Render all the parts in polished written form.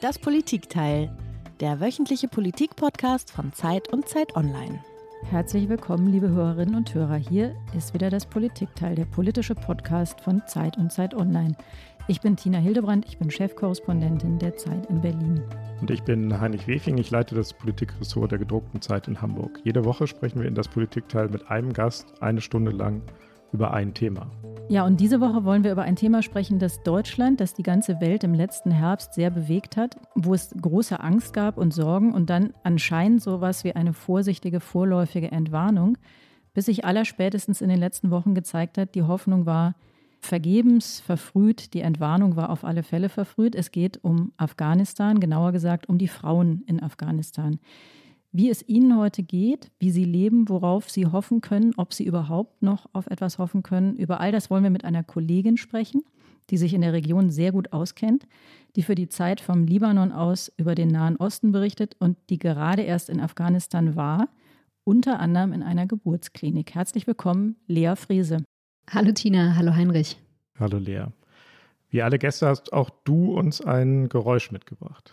Das Politikteil, der wöchentliche Politik-Podcast von Zeit und Zeit Online. Herzlich willkommen, liebe Hörerinnen und Hörer. Hier ist wieder das Politikteil, der politische Podcast von Zeit und Zeit Online. Ich bin Tina Hildebrandt, ich bin Chefkorrespondentin der Zeit in Berlin. Und ich bin Heinrich Wefing, ich leite das Politikressort der gedruckten Zeit in Hamburg. Jede Woche sprechen wir in das Politikteil mit einem Gast 1 Stunde lang über ein Thema. Ja, und diese Woche wollen wir über ein Thema sprechen, das Deutschland, das die ganze Welt im letzten Herbst sehr bewegt hat, wo es große Angst gab und Sorgen und dann anscheinend sowas wie eine vorsichtige, vorläufige Entwarnung, bis sich allerspätestens in den letzten Wochen gezeigt hat, die Hoffnung war vergebens, verfrüht, die Entwarnung war auf alle Fälle verfrüht. Es geht um Afghanistan, genauer gesagt um die Frauen in Afghanistan. Wie es Ihnen heute geht, wie Sie leben, worauf Sie hoffen können, ob Sie überhaupt noch auf etwas hoffen können. Über all das wollen wir mit einer Kollegin sprechen, die sich in der Region sehr gut auskennt, die für die Zeit vom Libanon aus über den Nahen Osten berichtet und die gerade erst in Afghanistan war, unter anderem in einer Geburtsklinik. Herzlich willkommen, Lea Frese. Hallo Tina, hallo Heinrich. Hallo Lea. Wie alle Gäste hast auch du uns ein Geräusch mitgebracht.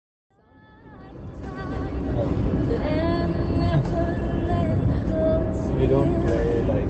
We don't play like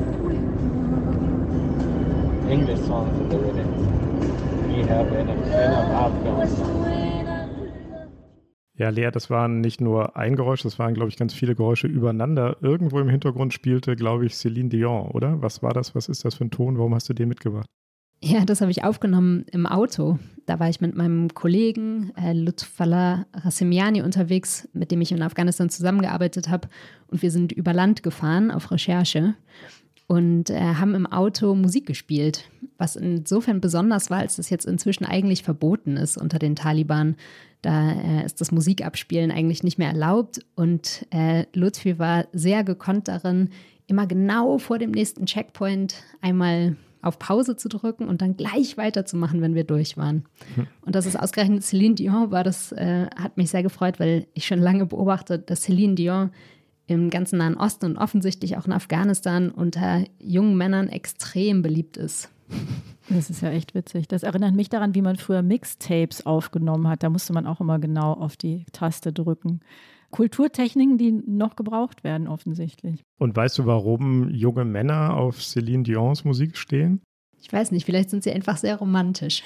English songs in the weddings. We have enough Afghans. Ja, Lea, das waren nicht nur ein Geräusch, das waren, glaube ich, ganz viele Geräusche übereinander. Irgendwo im Hintergrund spielte, glaube ich, Céline Dion, oder? Was war das? Was ist das für ein Ton? Warum hast du den mitgebracht? Ja, das habe ich aufgenommen im Auto. Da war ich mit meinem Kollegen Lutfallah Rassemiani unterwegs, mit dem ich in Afghanistan zusammengearbeitet habe. Und wir sind über Land gefahren auf Recherche und haben im Auto Musik gespielt, was insofern besonders war, als das jetzt inzwischen eigentlich verboten ist unter den Taliban. Da ist das Musikabspielen eigentlich nicht mehr erlaubt. Und Lutfi war sehr gekonnt darin, immer genau vor dem nächsten Checkpoint einmal auf Pause zu drücken und dann gleich weiterzumachen, wenn wir durch waren. Und dass es ausgerechnet Céline Dion war, das hat mich sehr gefreut, weil ich schon lange beobachte, dass Céline Dion im ganzen Nahen Osten und offensichtlich auch in Afghanistan unter jungen Männern extrem beliebt ist. Das ist ja echt witzig. Das erinnert mich daran, wie man früher Mixtapes aufgenommen hat. Da musste man auch immer genau auf die Taste drücken. Kulturtechniken, die noch gebraucht werden, offensichtlich. Und weißt du, warum junge Männer auf Céline Dions Musik stehen? Ich weiß nicht, vielleicht sind sie einfach sehr romantisch.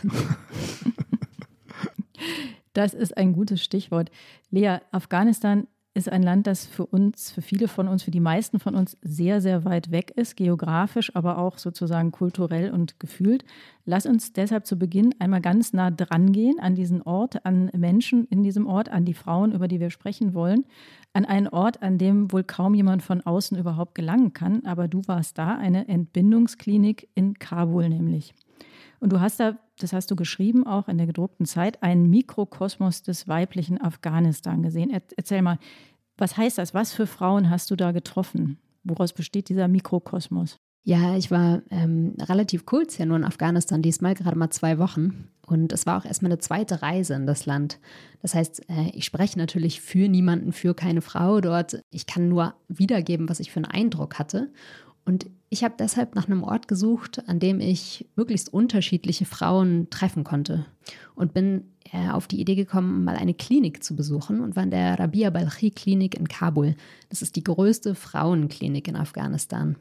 Das ist ein gutes Stichwort. Lea, Afghanistan ist ein Land, das für uns, für viele von uns, für die meisten von uns sehr, sehr weit weg ist, geografisch, aber auch sozusagen kulturell und gefühlt. Lass uns deshalb zu Beginn einmal ganz nah dran gehen an diesen Ort, an Menschen in diesem Ort, an die Frauen, über die wir sprechen wollen, an einen Ort, an dem wohl kaum jemand von außen überhaupt gelangen kann. Aber du warst da, eine Entbindungsklinik in Kabul nämlich. Und du hast da, das hast du geschrieben, auch in der gedruckten Zeit, einen Mikrokosmos des weiblichen Afghanistan gesehen. Erzähl mal, was heißt das? Was für Frauen hast du da getroffen? Woraus besteht dieser Mikrokosmos? Ja, ich war relativ kurz ja nur in Afghanistan, diesmal gerade mal 2 Wochen. Und es war auch erstmal eine zweite Reise in das Land. Das heißt, ich spreche natürlich für niemanden, für keine Frau dort. Ich kann nur wiedergeben, was ich für einen Eindruck hatte. Und ich habe deshalb nach einem Ort gesucht, an dem ich möglichst unterschiedliche Frauen treffen konnte. Und bin auf die Idee gekommen, mal eine Klinik zu besuchen und war in der Rabia Balkhi Klinik in Kabul. Das ist die größte Frauenklinik in Afghanistan.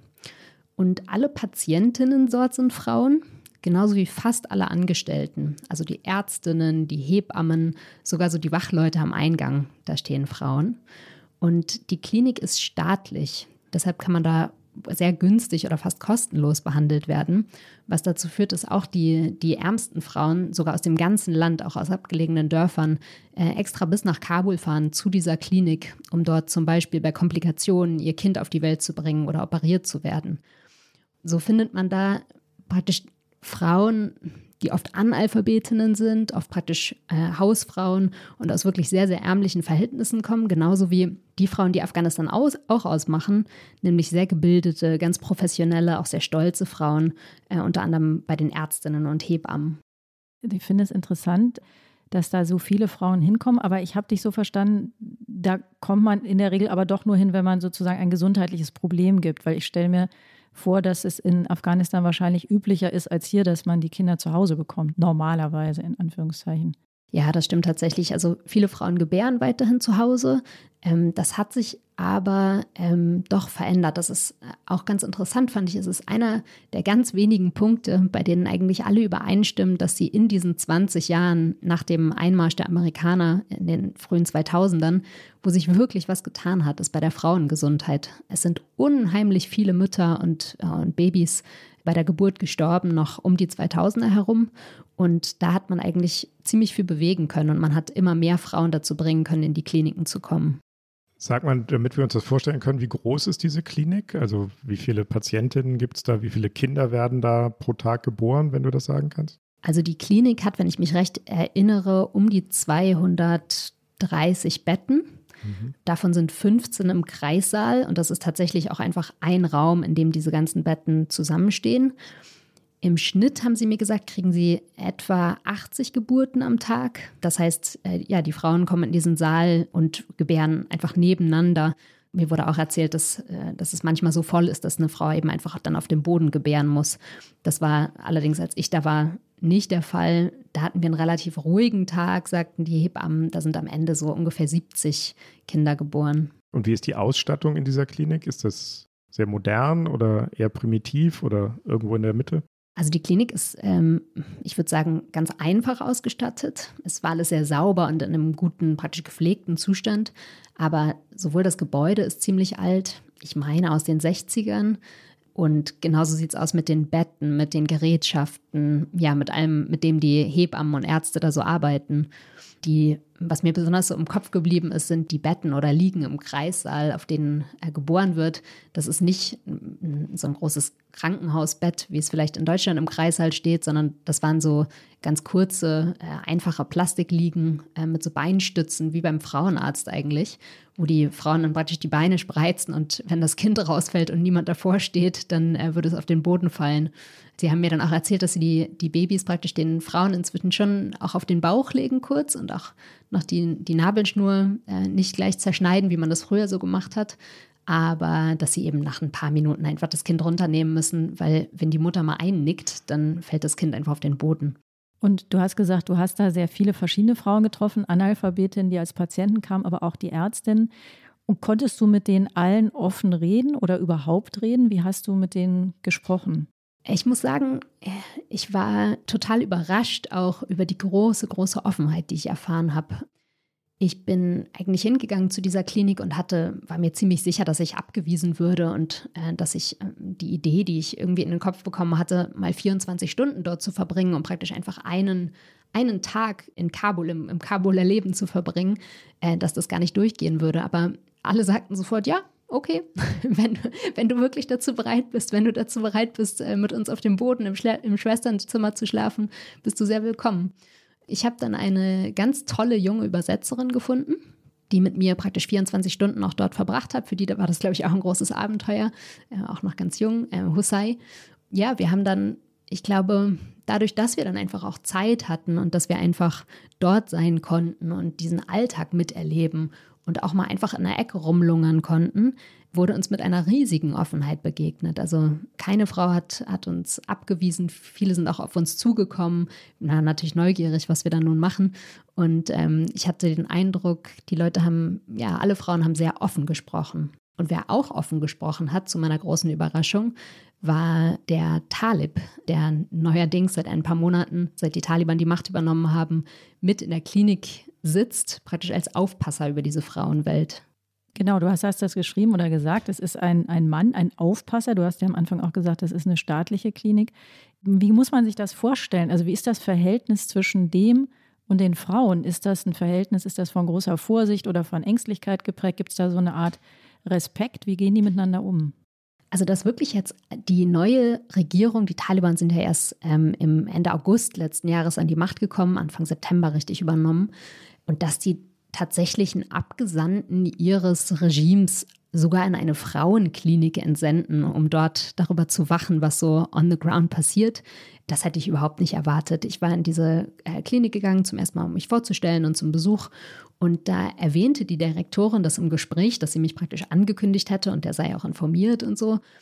Und alle Patientinnen dort sind Frauen, genauso wie fast alle Angestellten. Also die Ärztinnen, die Hebammen, sogar so die Wachleute am Eingang, da stehen Frauen. Und die Klinik ist staatlich, deshalb kann man da sehr günstig oder fast kostenlos behandelt werden, was dazu führt, dass auch die ärmsten Frauen, sogar aus dem ganzen Land, auch aus abgelegenen Dörfern, extra bis nach Kabul fahren zu dieser Klinik, um dort zum Beispiel bei Komplikationen ihr Kind auf die Welt zu bringen oder operiert zu werden. So findet man da praktisch Frauen, die oft Analphabetinnen sind, oft praktisch Hausfrauen und aus wirklich sehr, sehr ärmlichen Verhältnissen kommen, genauso wie die Frauen, die Afghanistan auch ausmachen, nämlich sehr gebildete, ganz professionelle, auch sehr stolze Frauen, unter anderem bei den Ärztinnen und Hebammen. Ich finde es interessant, dass da so viele Frauen hinkommen, aber ich habe dich so verstanden, da kommt man in der Regel aber doch nur hin, wenn man sozusagen ein gesundheitliches Problem gibt, weil ich stelle mir vor, dass es in Afghanistan wahrscheinlich üblicher ist als hier, dass man die Kinder zu Hause bekommt, normalerweise in Anführungszeichen. Ja, das stimmt tatsächlich. Also viele Frauen gebären weiterhin zu Hause. Das hat sich aber doch verändert. Das ist auch ganz interessant, fand ich. Es ist einer der ganz wenigen Punkte, bei denen eigentlich alle übereinstimmen, dass sie in diesen 20 Jahren nach dem Einmarsch der Amerikaner in den frühen 2000ern, wo sich wirklich was getan hat, ist bei der Frauengesundheit. Es sind unheimlich viele Mütter und Babys bei der Geburt gestorben, noch um die 2000er herum. Und da hat man eigentlich ziemlich viel bewegen können und man hat immer mehr Frauen dazu bringen können, in die Kliniken zu kommen. Sag mal, damit wir uns das vorstellen können, wie groß ist diese Klinik? Also wie viele Patientinnen gibt es da? Wie viele Kinder werden da pro Tag geboren, wenn du das sagen kannst? Also die Klinik hat, wenn ich mich recht erinnere, um die 230 Betten. Davon sind 15 im Kreissaal und das ist tatsächlich auch einfach ein Raum, in dem diese ganzen Betten zusammenstehen. Im Schnitt, haben sie mir gesagt, kriegen sie etwa 80 Geburten am Tag. Das heißt, die Frauen kommen in diesen Saal und gebären einfach nebeneinander. Mir wurde auch erzählt, dass es manchmal so voll ist, dass eine Frau eben einfach dann auf dem Boden gebären muss. Das war allerdings, als ich da war, nicht der Fall. Da hatten wir einen relativ ruhigen Tag, sagten die Hebammen. Da sind am Ende so ungefähr 70 Kinder geboren. Und wie ist die Ausstattung in dieser Klinik? Ist das sehr modern oder eher primitiv oder irgendwo in der Mitte? Also die Klinik ist, ich würde sagen, ganz einfach ausgestattet. Es war alles sehr sauber und in einem guten, praktisch gepflegten Zustand. Aber sowohl das Gebäude ist ziemlich alt, ich meine aus den 60ern. Und genauso sieht es aus mit den Betten, mit den Gerätschaften, ja, mit allem, mit dem die Hebammen und Ärzte da so arbeiten. Was mir besonders so im Kopf geblieben ist, sind die Betten oder Liegen im Kreissaal, auf denen geboren wird. Das ist nicht so ein großes Krankenhausbett, wie es vielleicht in Deutschland im Kreissaal steht, sondern das waren so ganz kurze, einfache Plastikliegen mit so Beinstützen, wie beim Frauenarzt eigentlich, wo die Frauen dann praktisch die Beine spreizen und wenn das Kind rausfällt und niemand davor steht, dann würde es auf den Boden fallen. Sie haben mir dann auch erzählt, dass sie die Babys praktisch den Frauen inzwischen schon auch auf den Bauch legen kurz und auch noch die Nabelschnur nicht gleich zerschneiden, wie man das früher so gemacht hat, aber dass sie eben nach ein paar Minuten einfach das Kind runternehmen müssen, weil wenn die Mutter mal einnickt, dann fällt das Kind einfach auf den Boden. Und du hast gesagt, du hast da sehr viele verschiedene Frauen getroffen, Analphabetinnen, die als Patienten kamen, aber auch die Ärztinnen. Und konntest du mit denen allen offen reden oder überhaupt reden? Wie hast du mit denen gesprochen? Ich muss sagen, ich war total überrascht auch über die große, große Offenheit, die ich erfahren habe. Ich bin eigentlich hingegangen zu dieser Klinik und war mir ziemlich sicher, dass ich abgewiesen würde und dass ich die Idee, die ich irgendwie in den Kopf bekommen hatte, mal 24 Stunden dort zu verbringen, um praktisch einfach einen Tag in Kabul, im Kabuler Leben zu verbringen, dass das gar nicht durchgehen würde. Aber alle sagten sofort, ja, okay, wenn du wirklich dazu bereit bist, mit uns auf dem Boden im Schwesternzimmer zu schlafen, bist du sehr willkommen. Ich habe dann eine ganz tolle junge Übersetzerin gefunden, die mit mir praktisch 24 Stunden auch dort verbracht hat. Für die war das, glaube ich, auch ein großes Abenteuer, auch noch ganz jung, Husay. Ja, wir haben dann, ich glaube, dadurch, dass wir dann einfach auch Zeit hatten und dass wir einfach dort sein konnten und diesen Alltag miterleben und auch mal einfach in der Ecke rumlungern konnten, wurde uns mit einer riesigen Offenheit begegnet. Also keine Frau hat uns abgewiesen, viele sind auch auf uns zugekommen, natürlich neugierig, was wir da nun machen. Und ich hatte den Eindruck, alle Frauen haben sehr offen gesprochen. Und wer auch offen gesprochen hat, zu meiner großen Überraschung, war der Talib, der neuerdings seit ein paar Monaten, seit die Taliban die Macht übernommen haben, mit in der Klinik sitzt, praktisch als Aufpasser über diese Frauenwelt. Genau, du hast das geschrieben oder gesagt, es ist ein Mann, ein Aufpasser. Du hast ja am Anfang auch gesagt, das ist eine staatliche Klinik. Wie muss man sich das vorstellen? Also wie ist das Verhältnis zwischen dem und den Frauen? Ist das ein Verhältnis, ist das von großer Vorsicht oder von Ängstlichkeit geprägt? Gibt es da so eine Art Respekt? Wie gehen die miteinander um? Also dass wirklich jetzt die neue Regierung, die Taliban sind ja erst im Ende August letzten Jahres an die Macht gekommen, Anfang September richtig übernommen, und dass die tatsächlichen Abgesandten ihres Regimes sogar in eine Frauenklinik entsenden, um dort darüber zu wachen, was so on the ground passiert. Das hätte ich überhaupt nicht erwartet. Ich war in diese Klinik gegangen, zum ersten Mal, um mich vorzustellen und zum Besuch. Und da erwähnte die Direktorin das im Gespräch, dass sie mich praktisch angekündigt hätte und der sei auch informiert und so.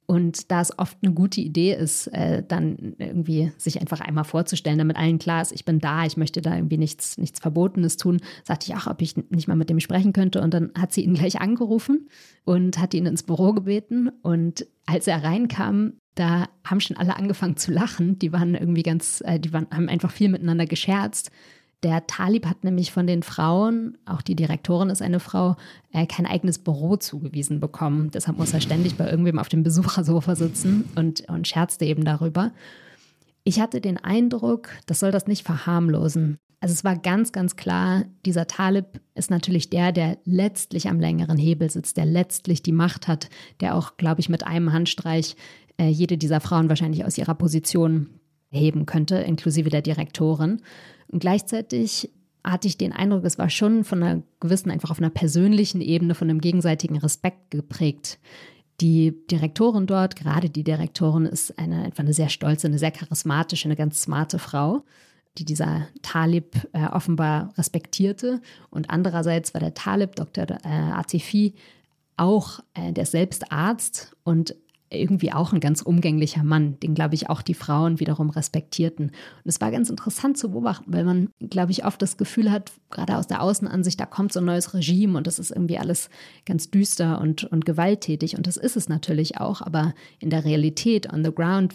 Und da es oft eine gute Idee ist, dann irgendwie sich einfach einmal vorzustellen, damit allen klar ist, ich bin da, ich möchte da irgendwie nichts Verbotenes tun, sagte ich auch, ob ich nicht mal mit dem sprechen könnte. Und dann hat sie ihn gleich angerufen und hat ihn ins Büro gebeten. Und als er reinkam, da haben schon alle angefangen zu lachen. Die waren irgendwie haben einfach viel miteinander gescherzt. Der Talib hat nämlich von den Frauen, auch die Direktorin ist eine Frau, kein eigenes Büro zugewiesen bekommen. Deshalb muss er ständig bei irgendwem auf dem Besuchersofa sitzen und scherzte eben darüber. Ich hatte den Eindruck, das soll das nicht verharmlosen. Also es war ganz, ganz klar, dieser Talib ist natürlich der letztlich am längeren Hebel sitzt, der letztlich die Macht hat, der auch, glaube ich, mit einem Handstreich jede dieser Frauen wahrscheinlich aus ihrer Position heben könnte, inklusive der Direktorin. Und gleichzeitig hatte ich den Eindruck, es war schon von einer gewissen, einfach auf einer persönlichen Ebene, von einem gegenseitigen Respekt geprägt. Die Direktorin dort, gerade die Direktorin, ist einfach eine sehr stolze, eine sehr charismatische, eine ganz smarte Frau, die dieser Talib offenbar respektierte. Und andererseits war der Talib, Dr. Atifi, auch, der ist selbst Arzt und irgendwie auch ein ganz umgänglicher Mann, den, glaube ich, auch die Frauen wiederum respektierten. Und es war ganz interessant zu beobachten, weil man, glaube ich, oft das Gefühl hat, gerade aus der Außenansicht, da kommt so ein neues Regime und das ist irgendwie alles ganz düster und gewalttätig. Und das ist es natürlich auch, aber in der Realität, on the ground,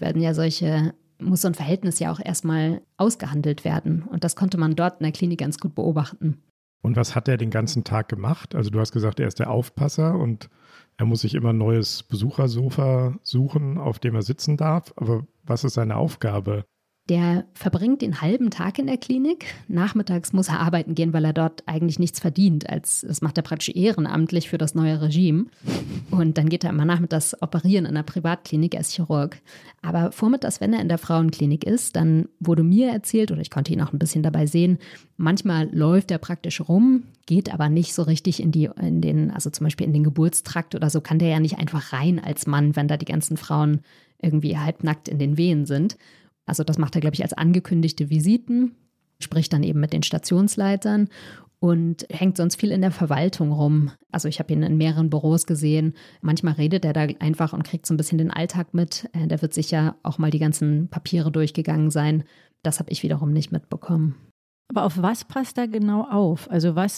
muss so ein Verhältnis ja auch erstmal ausgehandelt werden. Und das konnte man dort in der Klinik ganz gut beobachten. Und was hat er den ganzen Tag gemacht? Also du hast gesagt, er ist der Aufpasser und er muss sich immer ein neues Besuchersofa suchen, auf dem er sitzen darf. Aber was ist seine Aufgabe? Der verbringt den halben Tag in der Klinik. Nachmittags muss er arbeiten gehen, weil er dort eigentlich nichts verdient. Das macht er praktisch ehrenamtlich für das neue Regime. Und dann geht er immer nachmittags operieren in einer Privatklinik, er ist Chirurg. Aber vormittags, wenn er in der Frauenklinik ist, dann wurde mir erzählt, oder ich konnte ihn auch ein bisschen dabei sehen, manchmal läuft er praktisch rum, geht aber nicht so richtig also zum Beispiel in den Geburtstrakt oder so, kann der ja nicht einfach rein als Mann, wenn da die ganzen Frauen irgendwie halbnackt in den Wehen sind. Also das macht er, glaube ich, als angekündigte Visiten, spricht dann eben mit den Stationsleitern und hängt sonst viel in der Verwaltung rum. Also ich habe ihn in mehreren Büros gesehen. Manchmal redet er da einfach und kriegt so ein bisschen den Alltag mit. Der wird sicher auch mal die ganzen Papiere durchgegangen sein. Das habe ich wiederum nicht mitbekommen. Aber auf was passt er genau auf? Also was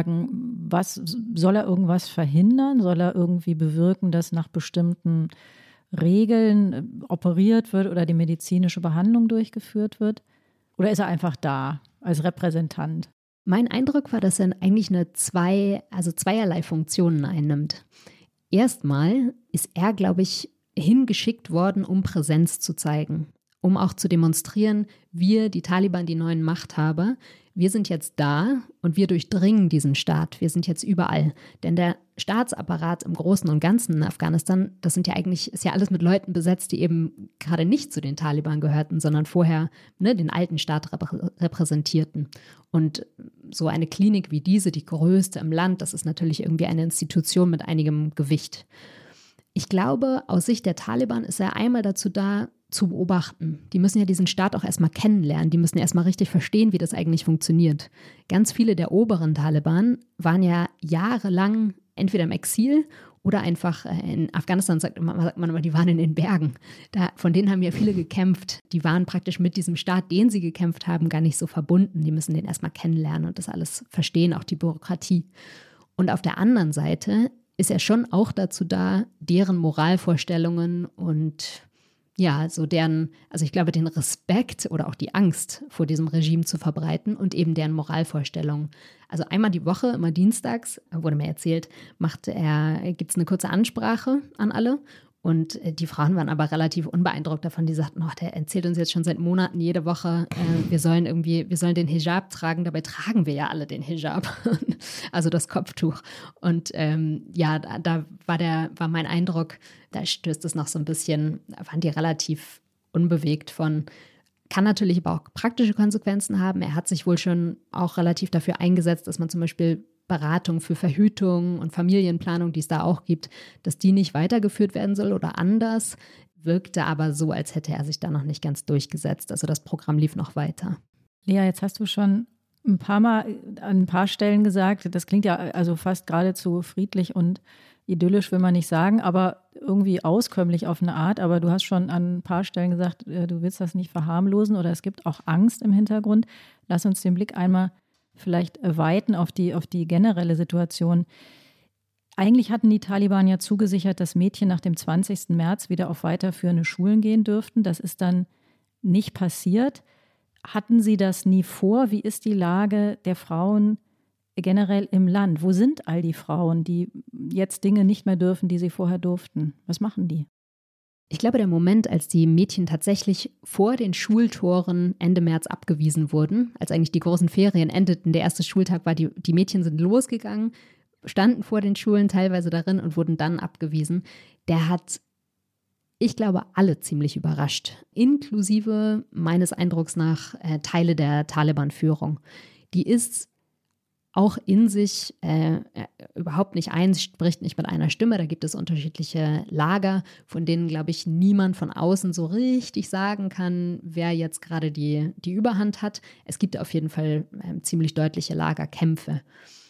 soll er irgendwas verhindern? Soll er irgendwie bewirken, dass nach bestimmten Regeln operiert wird oder die medizinische Behandlung durchgeführt wird? Oder ist er einfach da als Repräsentant? Mein Eindruck war, dass er eigentlich zweierlei Funktionen einnimmt. Erstmal ist er, glaube ich, hingeschickt worden, um Präsenz zu zeigen, um auch zu demonstrieren, wir, die Taliban, die neuen Machthaber, wir sind jetzt da und wir durchdringen diesen Staat. Wir sind jetzt überall. Denn der Staatsapparat im Großen und Ganzen in Afghanistan, ist ja alles mit Leuten besetzt, die eben gerade nicht zu den Taliban gehörten, sondern vorher den alten Staat repräsentierten. Und so eine Klinik wie diese, die größte im Land, das ist natürlich irgendwie eine Institution mit einigem Gewicht. Ich glaube, aus Sicht der Taliban ist er einmal dazu da, zu beobachten. Die müssen ja diesen Staat auch erstmal kennenlernen. Die müssen erstmal richtig verstehen, wie das eigentlich funktioniert. Ganz viele der oberen Taliban waren ja jahrelang entweder im Exil oder einfach in Afghanistan, sagt man immer, die waren in den Bergen. Von denen haben ja viele gekämpft. Die waren praktisch mit diesem Staat, den sie gekämpft haben, gar nicht so verbunden. Die müssen den erstmal kennenlernen und das alles verstehen, auch die Bürokratie. Und auf der anderen Seite ist er schon auch dazu da, deren Moralvorstellungen und ich glaube, den Respekt oder auch die Angst vor diesem Regime zu verbreiten und eben deren Moralvorstellungen. Also einmal die Woche, immer dienstags, wurde mir erzählt, gibt es eine kurze Ansprache an alle. Und die Frauen waren aber relativ unbeeindruckt davon. Die sagten, der erzählt uns jetzt schon seit Monaten jede Woche, wir sollen den Hijab tragen. Dabei tragen wir ja alle den Hijab, also das Kopftuch. Und da war mein Eindruck, da stößt es noch so ein bisschen, da waren die relativ unbewegt von. Kann natürlich aber auch praktische Konsequenzen haben. Er hat sich wohl schon auch relativ dafür eingesetzt, dass man zum Beispiel Beratung für Verhütung und Familienplanung, die es da auch gibt, dass die nicht weitergeführt werden soll oder anders. Wirkte aber so, als hätte er sich da noch nicht ganz durchgesetzt. Also das Programm lief noch weiter. Lea, jetzt hast du schon ein paar Mal an ein paar Stellen gesagt, das klingt ja also fast geradezu friedlich und idyllisch, will man nicht sagen, aber irgendwie auskömmlich auf eine Art, aber du hast schon an ein paar Stellen gesagt, du willst das nicht verharmlosen oder es gibt auch Angst im Hintergrund. Lass uns den Blick einmal vielleicht weiten auf die generelle Situation. Eigentlich hatten die Taliban ja zugesichert, dass Mädchen nach dem 20. März wieder auf weiterführende Schulen gehen dürften. Das ist dann nicht passiert. Hatten Sie das nie vor? Wie ist die Lage der Frauen generell im Land? Wo sind all die Frauen, die jetzt Dinge nicht mehr dürfen, die sie vorher durften? Was machen die? Ich glaube, der Moment, als die Mädchen tatsächlich vor den Schultoren Ende März abgewiesen wurden, als eigentlich die großen Ferien endeten, der erste Schultag war, die Mädchen sind losgegangen, standen vor den Schulen teilweise darin und wurden dann abgewiesen, der hat, ich glaube, alle ziemlich überrascht, inklusive meines Eindrucks nach Teile der Taliban-Führung. Die ist auch in sich überhaupt nicht eins, spricht nicht mit einer Stimme. Da gibt es unterschiedliche Lager, von denen, glaube ich, niemand von außen so richtig sagen kann, wer jetzt gerade die Überhand hat. Es gibt auf jeden Fall ziemlich deutliche Lagerkämpfe.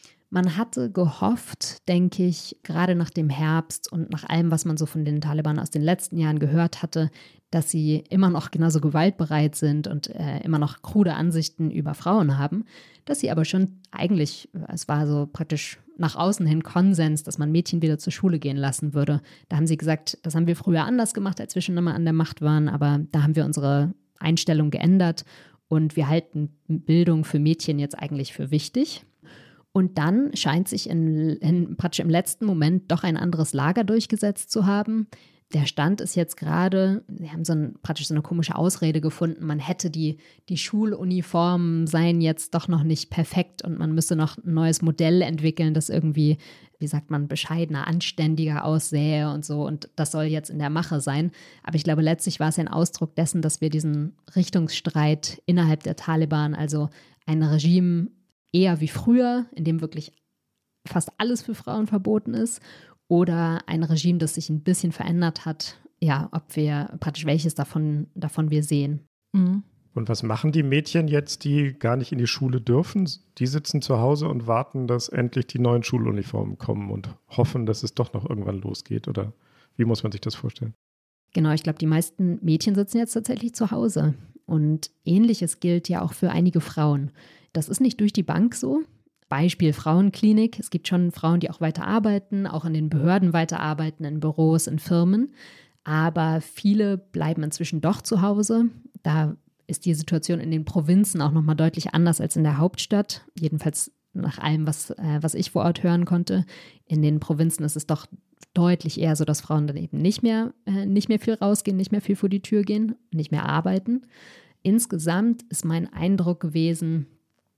Man hatte gehofft, denke ich, gerade nach dem Herbst und nach allem, was man so von den Taliban aus den letzten Jahren gehört hatte, dass sie immer noch genauso gewaltbereit sind und immer noch krude Ansichten über Frauen haben, dass sie aber schon eigentlich, es war so praktisch nach außen hin Konsens, dass man Mädchen wieder zur Schule gehen lassen würde. Da haben sie gesagt, das haben wir früher anders gemacht, als wir schon immer an der Macht waren, aber da haben wir unsere Einstellung geändert und wir halten Bildung für Mädchen jetzt eigentlich für wichtig. Und dann scheint sich praktisch im letzten Moment doch ein anderes Lager durchgesetzt zu haben. Der Stand ist jetzt gerade, sie haben praktisch so eine komische Ausrede gefunden, man hätte die Schuluniformen seien jetzt doch noch nicht perfekt und man müsse noch ein neues Modell entwickeln, das irgendwie, wie sagt man, bescheidener, anständiger aussähe und so. Und das soll jetzt in der Mache sein. Aber ich glaube, letztlich war es ein Ausdruck dessen, dass wir diesen Richtungsstreit innerhalb der Taliban, also ein Regime eher wie früher, in dem wirklich fast alles für Frauen verboten ist, oder ein Regime, das sich ein bisschen verändert hat, ja, ob wir praktisch welches davon wir sehen. Mhm. Und was machen die Mädchen jetzt, die gar nicht in die Schule dürfen? Die sitzen zu Hause und warten, dass endlich die neuen Schuluniformen kommen und hoffen, dass es doch noch irgendwann losgeht, oder wie muss man sich das vorstellen? Genau, ich glaube, die meisten Mädchen sitzen jetzt tatsächlich zu Hause. Und Ähnliches gilt ja auch für einige Frauen. Das ist nicht durch die Bank so. Beispiel Frauenklinik. Es gibt schon Frauen, die auch weiter arbeiten, auch in den Behörden weiterarbeiten, in Büros, in Firmen. Aber viele bleiben inzwischen doch zu Hause. Da ist die Situation in den Provinzen auch nochmal deutlich anders als in der Hauptstadt. Jedenfalls nach allem, was ich vor Ort hören konnte. In den Provinzen ist es doch deutlich eher so, dass Frauen dann eben nicht mehr viel rausgehen, nicht mehr viel vor die Tür gehen, nicht mehr arbeiten. Insgesamt ist mein Eindruck gewesen,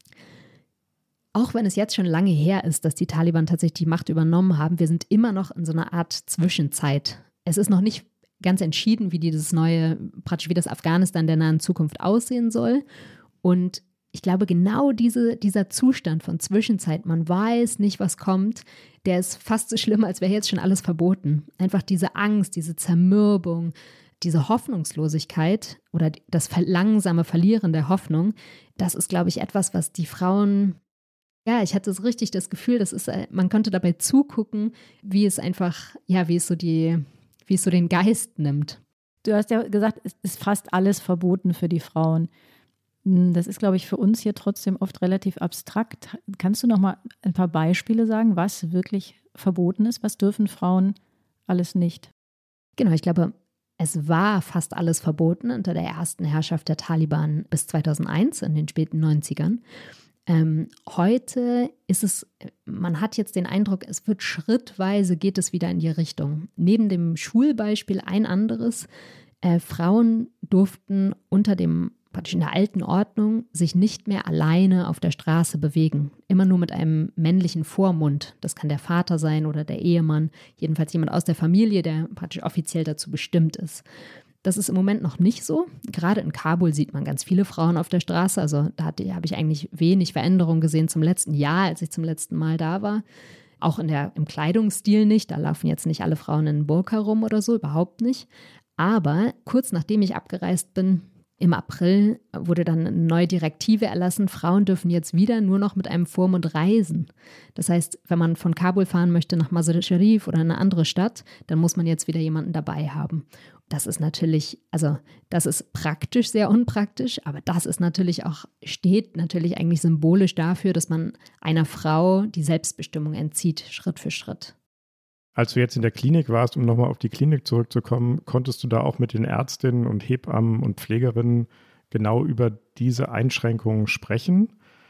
auch wenn es jetzt schon lange her ist, dass die Taliban tatsächlich die Macht übernommen haben, wir sind immer noch in so einer Art Zwischenzeit. Es ist noch nicht ganz entschieden, wie wie das Afghanistan der nahen Zukunft aussehen soll. Und ich glaube, genau dieser Zustand von Zwischenzeit, man weiß nicht, was kommt, der ist fast so schlimm, als wäre jetzt schon alles verboten. Einfach diese Angst, diese Zermürbung, diese Hoffnungslosigkeit oder das langsame Verlieren der Hoffnung, das ist, glaube ich, etwas, was die Frauen, ja, ich hatte so richtig das Gefühl, man konnte dabei zugucken, wie es so den Geist nimmt. Du hast ja gesagt, es ist fast alles verboten für die Frauen. Das ist, glaube ich, für uns hier trotzdem oft relativ abstrakt. Kannst du noch mal ein paar Beispiele sagen, was wirklich verboten ist? Was dürfen Frauen alles nicht? Genau, ich glaube, es war fast alles verboten unter der ersten Herrschaft der Taliban bis 2001 in den späten 90ern. Heute ist es, man hat jetzt den Eindruck, es wird schrittweise, geht es wieder in die Richtung. Neben dem Schulbeispiel ein anderes, Frauen durften praktisch in der alten Ordnung sich nicht mehr alleine auf der Straße bewegen. Immer nur mit einem männlichen Vormund. Das kann der Vater sein oder der Ehemann. Jedenfalls jemand aus der Familie, der praktisch offiziell dazu bestimmt ist. Das ist im Moment noch nicht so. Gerade in Kabul sieht man ganz viele Frauen auf der Straße. Also da habe ich eigentlich wenig Veränderung gesehen zum letzten Jahr, als ich zum letzten Mal da war. Auch im Kleidungsstil nicht. Da laufen jetzt nicht alle Frauen in Burka rum oder so, überhaupt nicht. Aber kurz nachdem ich abgereist bin, Im April wurde dann eine neue Direktive erlassen, Frauen dürfen jetzt wieder nur noch mit einem Vormund reisen. Das heißt, wenn man von Kabul fahren möchte nach Mazar-e-Sharif oder eine andere Stadt, dann muss man jetzt wieder jemanden dabei haben. Das ist natürlich, also das ist praktisch sehr unpraktisch, aber das ist natürlich auch, steht natürlich eigentlich symbolisch dafür, dass man einer Frau die Selbstbestimmung entzieht, Schritt für Schritt. Als du jetzt in der Klinik warst, um nochmal auf die Klinik zurückzukommen, konntest du da auch mit den Ärztinnen und Hebammen und Pflegerinnen genau über diese Einschränkungen sprechen?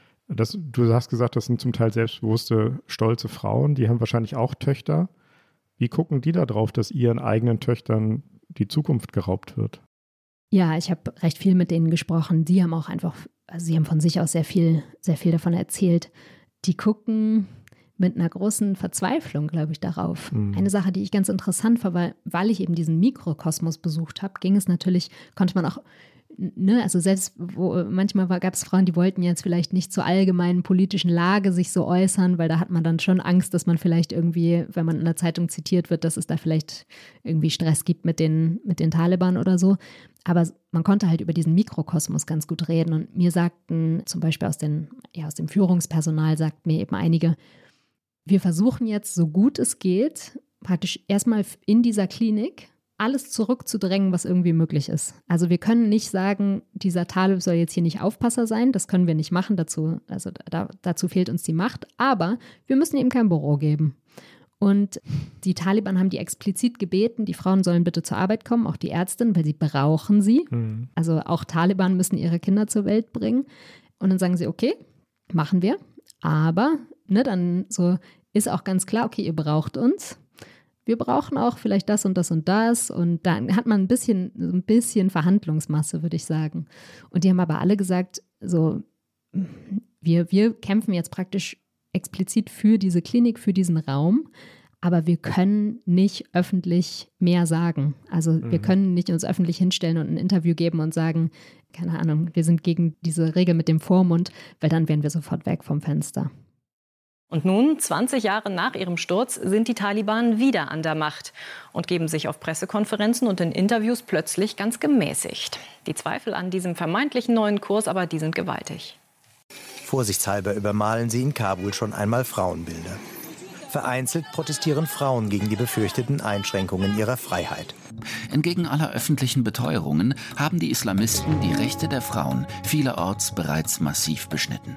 Du hast gesagt, das sind zum Teil selbstbewusste, stolze Frauen, die haben wahrscheinlich auch Töchter. Wie gucken die da drauf, dass ihren eigenen Töchtern die Zukunft geraubt wird? Ja, ich habe recht viel mit denen gesprochen. Die haben auch einfach, also sie haben von sich aus sehr viel davon erzählt. Die gucken mit einer großen Verzweiflung, glaube ich, darauf. Eine Sache, die ich ganz interessant fand, weil ich eben diesen Mikrokosmos besucht habe, konnte man auch, also selbst manchmal gab es Frauen, die wollten jetzt vielleicht nicht zur allgemeinen politischen Lage sich so äußern, weil da hat man dann schon Angst, dass man vielleicht irgendwie, wenn man in der Zeitung zitiert wird, dass es da vielleicht irgendwie Stress gibt mit den Taliban oder so. Aber man konnte halt über diesen Mikrokosmos ganz gut reden. Und mir sagten zum Beispiel aus dem Führungspersonal, sagten mir eben einige, wir versuchen jetzt, so gut es geht, praktisch erstmal in dieser Klinik alles zurückzudrängen, was irgendwie möglich ist. Also wir können nicht sagen, dieser Talib soll jetzt hier nicht Aufpasser sein, das können wir nicht machen, dazu fehlt uns die Macht, aber wir müssen ihm kein Büro geben. Und die Taliban haben die explizit gebeten, die Frauen sollen bitte zur Arbeit kommen, auch die Ärztinnen, weil sie brauchen sie. Also auch Taliban müssen ihre Kinder zur Welt bringen. Und dann sagen sie, okay, machen wir, aber dann so ist auch ganz klar, okay, ihr braucht uns. Wir brauchen auch vielleicht das und das und das. Und dann hat man ein bisschen Verhandlungsmasse, würde ich sagen. Und die haben aber alle gesagt, so, wir kämpfen jetzt praktisch explizit für diese Klinik, für diesen Raum, aber wir können nicht öffentlich mehr sagen. Also wir können nicht uns öffentlich hinstellen und ein Interview geben und sagen, keine Ahnung, wir sind gegen diese Regel mit dem Vormund, weil dann wären wir sofort weg vom Fenster. Und nun, 20 Jahre nach ihrem Sturz, sind die Taliban wieder an der Macht und geben sich auf Pressekonferenzen und in Interviews plötzlich ganz gemäßigt. Die Zweifel an diesem vermeintlichen neuen Kurs aber, die sind gewaltig. Vorsichtshalber übermalen sie in Kabul schon einmal Frauenbilder. Vereinzelt protestieren Frauen gegen die befürchteten Einschränkungen ihrer Freiheit. Entgegen aller öffentlichen Beteuerungen haben die Islamisten die Rechte der Frauen vielerorts bereits massiv beschnitten.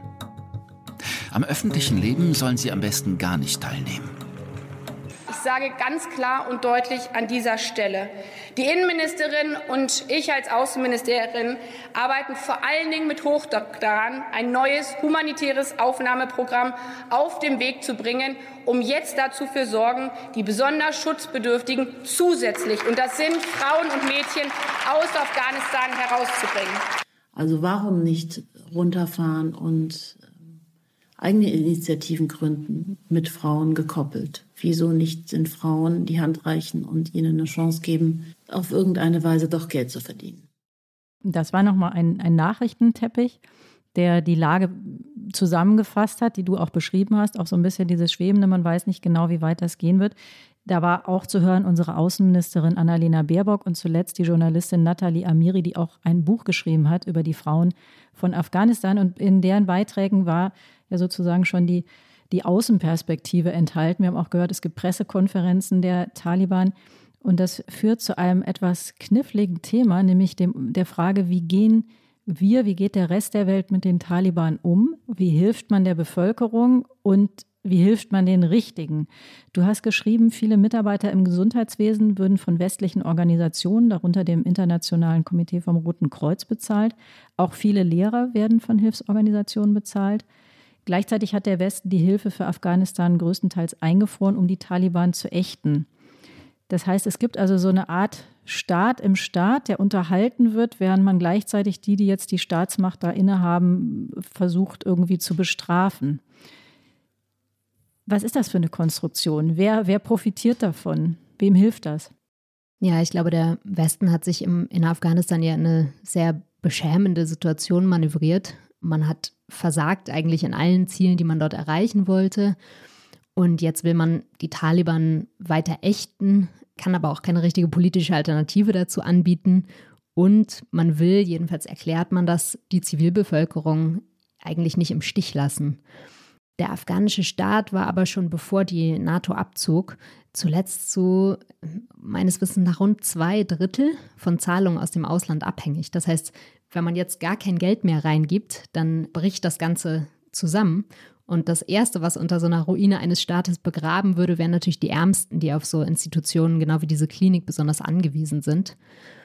Am öffentlichen Leben sollen sie am besten gar nicht teilnehmen. Ich sage ganz klar und deutlich an dieser Stelle, die Innenministerin und ich als Außenministerin arbeiten vor allen Dingen mit Hochdruck daran, ein neues humanitäres Aufnahmeprogramm auf den Weg zu bringen, um jetzt dazu zu sorgen, die besonders Schutzbedürftigen zusätzlich, und das sind Frauen und Mädchen, aus Afghanistan herauszubringen. Also warum nicht runterfahren und eigene Initiativen gründen, mit Frauen gekoppelt? Wieso nicht den Frauen die Hand reichen und ihnen eine Chance geben, auf irgendeine Weise doch Geld zu verdienen? Das war nochmal ein Nachrichtenteppich, der die Lage zusammengefasst hat, die du auch beschrieben hast, auch so ein bisschen dieses Schwebende, man weiß nicht genau, wie weit das gehen wird. Da war auch zu hören unsere Außenministerin Annalena Baerbock und zuletzt die Journalistin Nathalie Amiri, die auch ein Buch geschrieben hat über die Frauen von Afghanistan. Und in deren Beiträgen war ja sozusagen schon die Außenperspektive enthalten. Wir haben auch gehört, es gibt Pressekonferenzen der Taliban. Und das führt zu einem etwas kniffligen Thema, nämlich der Frage, wie geht der Rest der Welt mit den Taliban um? Wie hilft man der Bevölkerung und wie hilft man den Richtigen? Du hast geschrieben, viele Mitarbeiter im Gesundheitswesen würden von westlichen Organisationen, darunter dem Internationalen Komitee vom Roten Kreuz, bezahlt. Auch viele Lehrer werden von Hilfsorganisationen bezahlt. Gleichzeitig hat der Westen die Hilfe für Afghanistan größtenteils eingefroren, um die Taliban zu ächten. Das heißt, es gibt also so eine Art Staat im Staat, der unterhalten wird, während man gleichzeitig die jetzt die Staatsmacht da innehaben, versucht irgendwie zu bestrafen. Was ist das für eine Konstruktion? Wer profitiert davon? Wem hilft das? Ja, ich glaube, der Westen hat sich in Afghanistan ja eine sehr beschämende Situation manövriert. Man hat versagt eigentlich in allen Zielen, die man dort erreichen wollte. Und jetzt will man die Taliban weiter ächten, kann aber auch keine richtige politische Alternative dazu anbieten. Und man will, jedenfalls erklärt man das, die Zivilbevölkerung eigentlich nicht im Stich lassen. Der afghanische Staat war aber schon bevor die NATO abzog, zuletzt so meines Wissens nach rund 2/3 von Zahlungen aus dem Ausland abhängig. Das heißt, wenn man jetzt gar kein Geld mehr reingibt, dann bricht das Ganze zusammen. Und das Erste, was unter so einer Ruine eines Staates begraben würde, wären natürlich die Ärmsten, die auf so Institutionen, genau wie diese Klinik, besonders angewiesen sind.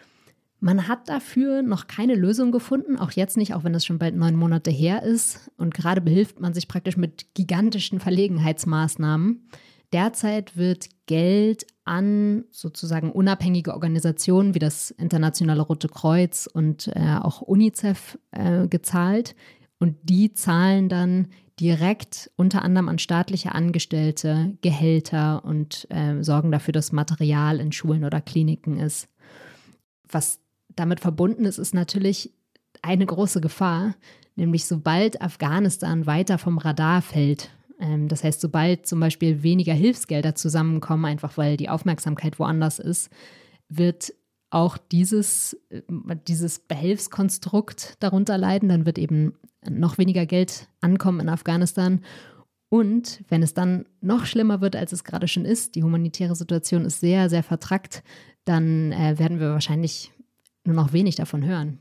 Man hat dafür noch keine Lösung gefunden, auch jetzt nicht, auch wenn das schon bald 9 Monate her ist. Und gerade behilft man sich praktisch mit gigantischen Verlegenheitsmaßnahmen. Derzeit wird Geld an sozusagen unabhängige Organisationen wie das Internationale Rote Kreuz und auch UNICEF gezahlt. Und die zahlen dann direkt unter anderem an staatliche Angestellte Gehälter und sorgen dafür, dass Material in Schulen oder Kliniken ist. Was damit verbunden ist, ist natürlich eine große Gefahr, nämlich sobald Afghanistan weiter vom Radar fällt, das heißt, sobald zum Beispiel weniger Hilfsgelder zusammenkommen, einfach weil die Aufmerksamkeit woanders ist, wird auch dieses Behelfskonstrukt darunter leiden. Dann wird eben noch weniger Geld ankommen in Afghanistan. Und wenn es dann noch schlimmer wird, als es gerade schon ist, die humanitäre Situation ist sehr, sehr vertrackt, dann werden wir wahrscheinlich nur noch wenig davon hören.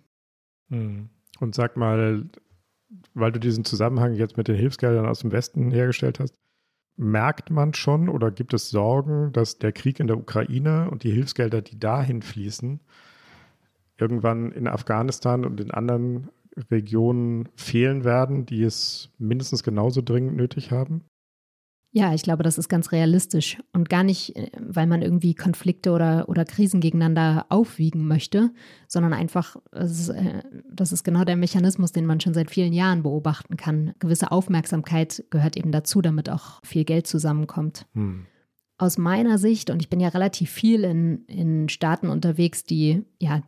Und sag mal, weil du diesen Zusammenhang jetzt mit den Hilfsgeldern aus dem Westen hergestellt hast, merkt man schon oder gibt es Sorgen, dass der Krieg in der Ukraine und die Hilfsgelder, die dahin fließen, irgendwann in Afghanistan und in anderen Regionen fehlen werden, die es mindestens genauso dringend nötig haben? Ja, ich glaube, das ist ganz realistisch und gar nicht, weil man irgendwie Konflikte oder Krisen gegeneinander aufwiegen möchte, sondern einfach, das ist genau der Mechanismus, den man schon seit vielen Jahren beobachten kann. Gewisse Aufmerksamkeit gehört eben dazu, damit auch viel Geld zusammenkommt. Aus meiner Sicht, und ich bin ja relativ viel in Staaten unterwegs, die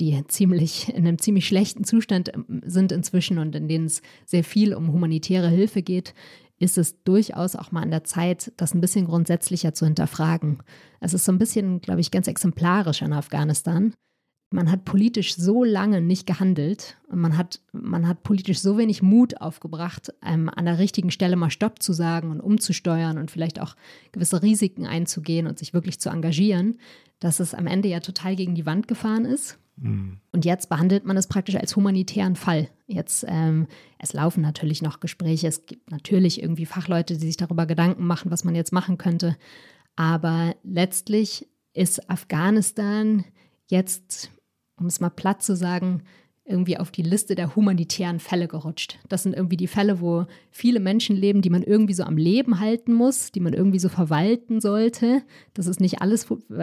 in einem ziemlich schlechten Zustand sind inzwischen und in denen es sehr viel um humanitäre Hilfe geht, ist es durchaus auch mal an der Zeit, das ein bisschen grundsätzlicher zu hinterfragen. Es ist so ein bisschen, glaube ich, ganz exemplarisch in Afghanistan. Man hat politisch so lange nicht gehandelt und man hat politisch so wenig Mut aufgebracht, an der richtigen Stelle mal Stopp zu sagen und umzusteuern und vielleicht auch gewisse Risiken einzugehen und sich wirklich zu engagieren, dass es am Ende ja total gegen die Wand gefahren ist. Und jetzt behandelt man es praktisch als humanitären Fall. Jetzt, es laufen natürlich noch Gespräche, es gibt natürlich irgendwie Fachleute, die sich darüber Gedanken machen, was man jetzt machen könnte. Aber letztlich ist Afghanistan jetzt, um es mal platt zu sagen, irgendwie auf die Liste der humanitären Fälle gerutscht. Das sind irgendwie die Fälle, wo viele Menschen leben, die man irgendwie so am Leben halten muss, die man irgendwie so verwalten sollte. Das ist nicht alles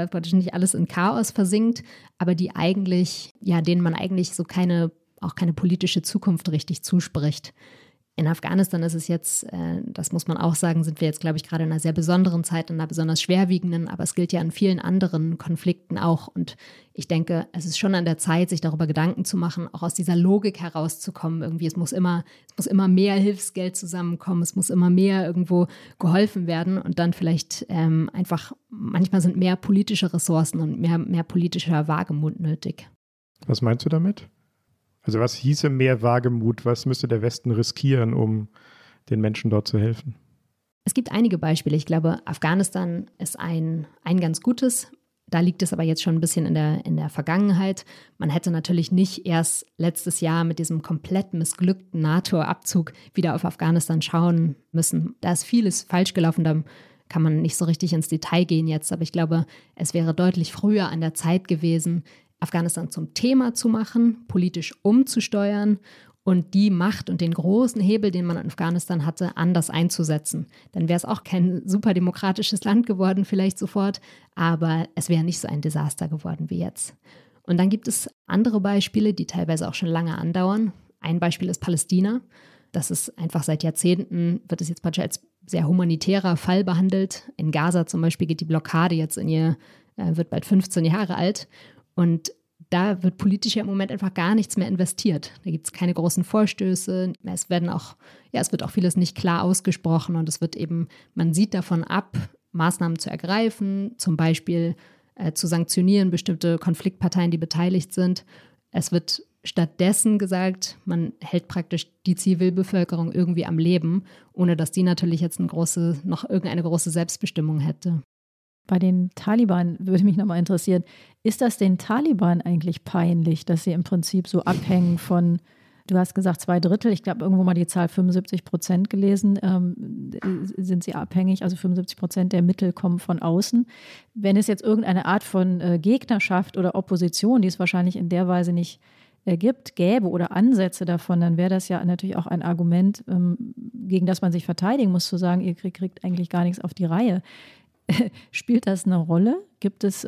in Chaos versinkt, aber die eigentlich, denen man eigentlich so keine politische Zukunft richtig zuspricht. In Afghanistan ist es jetzt, das muss man auch sagen, sind wir jetzt, glaube ich, gerade in einer sehr besonderen Zeit, in einer besonders schwerwiegenden, aber es gilt ja an vielen anderen Konflikten auch. Und ich denke, es ist schon an der Zeit, sich darüber Gedanken zu machen, auch aus dieser Logik herauszukommen. Irgendwie, es muss immer mehr Hilfsgeld zusammenkommen, es muss immer mehr irgendwo geholfen werden und dann vielleicht einfach, manchmal sind mehr politische Ressourcen und mehr politischer Wagemut nötig. Was meinst du damit? Also was hieße mehr Wagemut? Was müsste der Westen riskieren, um den Menschen dort zu helfen? Es gibt einige Beispiele. Ich glaube, Afghanistan ist ein ganz gutes. Da liegt es aber jetzt schon ein bisschen in der Vergangenheit. Man hätte natürlich nicht erst letztes Jahr mit diesem komplett missglückten NATO-Abzug wieder auf Afghanistan schauen müssen. Da ist vieles falsch gelaufen. Da kann man nicht so richtig ins Detail gehen jetzt. Aber ich glaube, es wäre deutlich früher an der Zeit gewesen, Afghanistan zum Thema zu machen, politisch umzusteuern und die Macht und den großen Hebel, den man in Afghanistan hatte, anders einzusetzen. Dann wäre es auch kein super demokratisches Land geworden, vielleicht sofort, aber es wäre nicht so ein Desaster geworden wie jetzt. Und dann gibt es andere Beispiele, die teilweise auch schon lange andauern. Ein Beispiel ist Palästina. Das ist einfach seit Jahrzehnten, wird es jetzt praktisch als sehr humanitärer Fall behandelt. In Gaza zum Beispiel geht die Blockade jetzt wird bald 15 Jahre alt. Und da wird politisch ja im Moment einfach gar nichts mehr investiert. Da gibt es keine großen Vorstöße. Es wird auch vieles nicht klar ausgesprochen und man sieht davon ab, Maßnahmen zu ergreifen, zum Beispiel zu sanktionieren bestimmte Konfliktparteien, die beteiligt sind. Es wird stattdessen gesagt, man hält praktisch die Zivilbevölkerung irgendwie am Leben, ohne dass die natürlich jetzt noch irgendeine große Selbstbestimmung hätte. Bei den Taliban würde mich nochmal interessieren, ist das den Taliban eigentlich peinlich, dass sie im Prinzip so abhängen von, du hast gesagt 2/3, ich glaube irgendwo mal die Zahl 75% gelesen, sind sie abhängig, also 75% der Mittel kommen von außen. Wenn es jetzt irgendeine Art von Gegnerschaft oder Opposition, die es wahrscheinlich in der Weise nicht gäbe oder Ansätze davon, dann wäre das ja natürlich auch ein Argument, gegen das man sich verteidigen muss, zu sagen, ihr kriegt eigentlich gar nichts auf die Reihe. Spielt das eine Rolle? Gibt es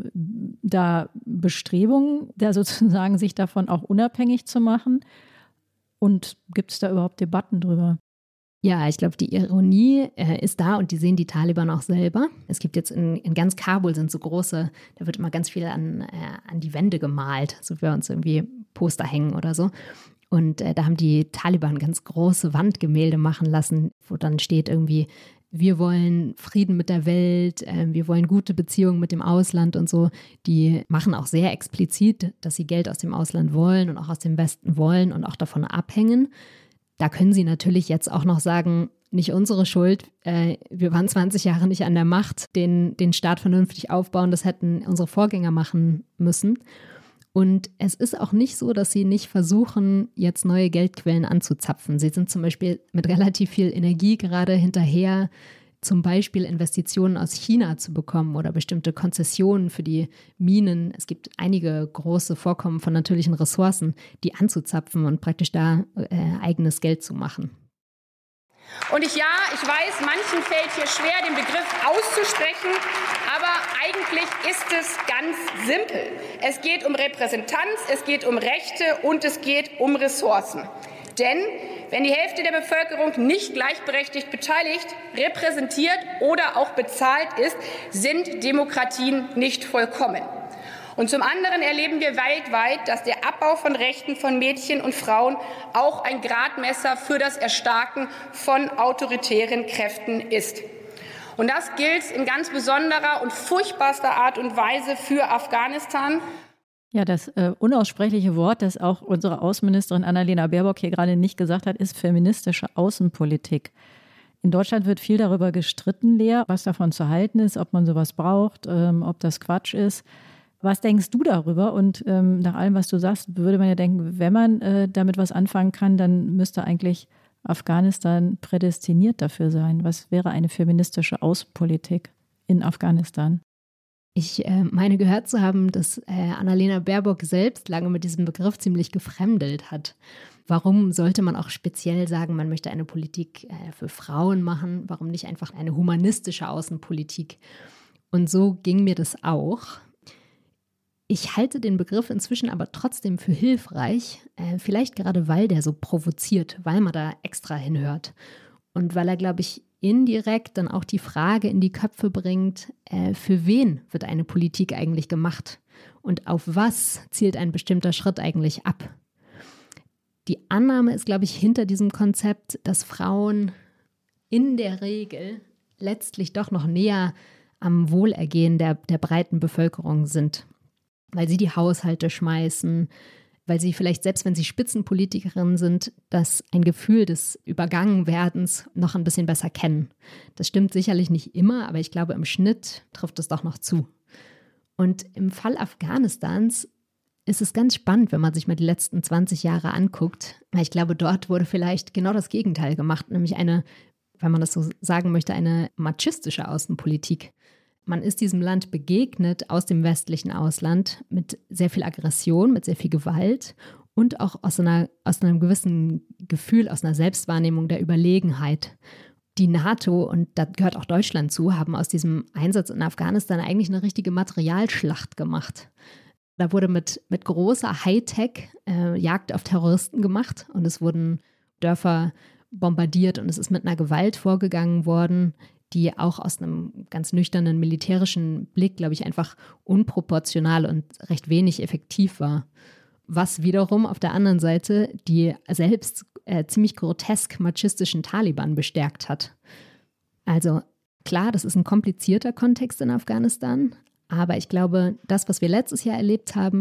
da Bestrebungen, da sozusagen sich davon auch unabhängig zu machen? Und gibt es da überhaupt Debatten drüber? Ja, ich glaube, die Ironie ist da und die sehen die Taliban auch selber. Es gibt jetzt in ganz Kabul sind so große, da wird immer ganz viel an die Wände gemalt, so wie wir uns irgendwie Poster hängen oder so. Und da haben die Taliban ganz große Wandgemälde machen lassen, wo dann steht irgendwie, wir wollen Frieden mit der Welt, wir wollen gute Beziehungen mit dem Ausland und so. Die machen auch sehr explizit, dass sie Geld aus dem Ausland wollen und auch aus dem Westen wollen und auch davon abhängen. Da können sie natürlich jetzt auch noch sagen, nicht unsere Schuld, wir waren 20 Jahre nicht an der Macht, den Staat vernünftig aufbauen, das hätten unsere Vorgänger machen müssen. Und es ist auch nicht so, dass sie nicht versuchen, jetzt neue Geldquellen anzuzapfen. Sie sind zum Beispiel mit relativ viel Energie gerade hinterher, zum Beispiel Investitionen aus China zu bekommen oder bestimmte Konzessionen für die Minen. Es gibt einige große Vorkommen von natürlichen Ressourcen, die anzuzapfen und praktisch da eigenes Geld zu machen. Und ich weiß, manchen fällt hier schwer, den Begriff auszusprechen, aber eigentlich ist es ganz simpel. Es geht um Repräsentanz, es geht um Rechte und es geht um Ressourcen. Denn wenn die Hälfte der Bevölkerung nicht gleichberechtigt beteiligt, repräsentiert oder auch bezahlt ist, sind Demokratien nicht vollkommen. Und zum anderen erleben wir weltweit, dass der Abbau von Rechten von Mädchen und Frauen auch ein Gradmesser für das Erstarken von autoritären Kräften ist. Und das gilt in ganz besonderer und furchtbarster Art und Weise für Afghanistan. Ja, das unaussprechliche Wort, das auch unsere Außenministerin Annalena Baerbock hier gerade nicht gesagt hat, ist feministische Außenpolitik. In Deutschland wird viel darüber gestritten, Lea, was davon zu halten ist, ob man sowas braucht, ob das Quatsch ist. Was denkst du darüber? Und nach allem, was du sagst, würde man ja denken, wenn man damit was anfangen kann, dann müsste eigentlich Afghanistan prädestiniert dafür sein. Was wäre eine feministische Außenpolitik in Afghanistan? Ich meine gehört zu haben, dass Annalena Baerbock selbst lange mit diesem Begriff ziemlich gefremdelt hat. Warum sollte man auch speziell sagen, man möchte eine Politik für Frauen machen? Warum nicht einfach eine humanistische Außenpolitik? Und so ging mir das auch. Ich halte den Begriff inzwischen aber trotzdem für hilfreich, vielleicht gerade weil der so provoziert, weil man da extra hinhört und weil er, glaube ich, indirekt dann auch die Frage in die Köpfe bringt, für wen wird eine Politik eigentlich gemacht und auf was zielt ein bestimmter Schritt eigentlich ab. Die Annahme ist, glaube ich, hinter diesem Konzept, dass Frauen in der Regel letztlich doch noch näher am Wohlergehen der breiten Bevölkerung sind, weil sie die Haushalte schmeißen, weil sie vielleicht, selbst wenn sie Spitzenpolitikerinnen sind, das ein Gefühl des Übergangenwerdens noch ein bisschen besser kennen. Das stimmt sicherlich nicht immer, aber ich glaube, im Schnitt trifft es doch noch zu. Und im Fall Afghanistans ist es ganz spannend, wenn man sich mal die letzten 20 Jahre anguckt. Ich glaube, dort wurde vielleicht genau das Gegenteil gemacht, nämlich eine, wenn man das so sagen möchte, eine machistische Außenpolitik. Man ist diesem Land begegnet aus dem westlichen Ausland mit sehr viel Aggression, mit sehr viel Gewalt und auch aus einem gewissen Gefühl, aus einer Selbstwahrnehmung der Überlegenheit. Die NATO, und da gehört auch Deutschland zu, haben aus diesem Einsatz in Afghanistan eigentlich eine richtige Materialschlacht gemacht. Da wurde mit großer Hightech Jagd auf Terroristen gemacht und es wurden Dörfer bombardiert und es ist mit einer Gewalt vorgegangen worden, die auch aus einem ganz nüchternen militärischen Blick, glaube ich, einfach unproportional und recht wenig effektiv war. Was wiederum auf der anderen Seite die selbst ziemlich grotesk machistischen Taliban bestärkt hat. Also klar, das ist ein komplizierter Kontext in Afghanistan, aber ich glaube, das, was wir letztes Jahr erlebt haben,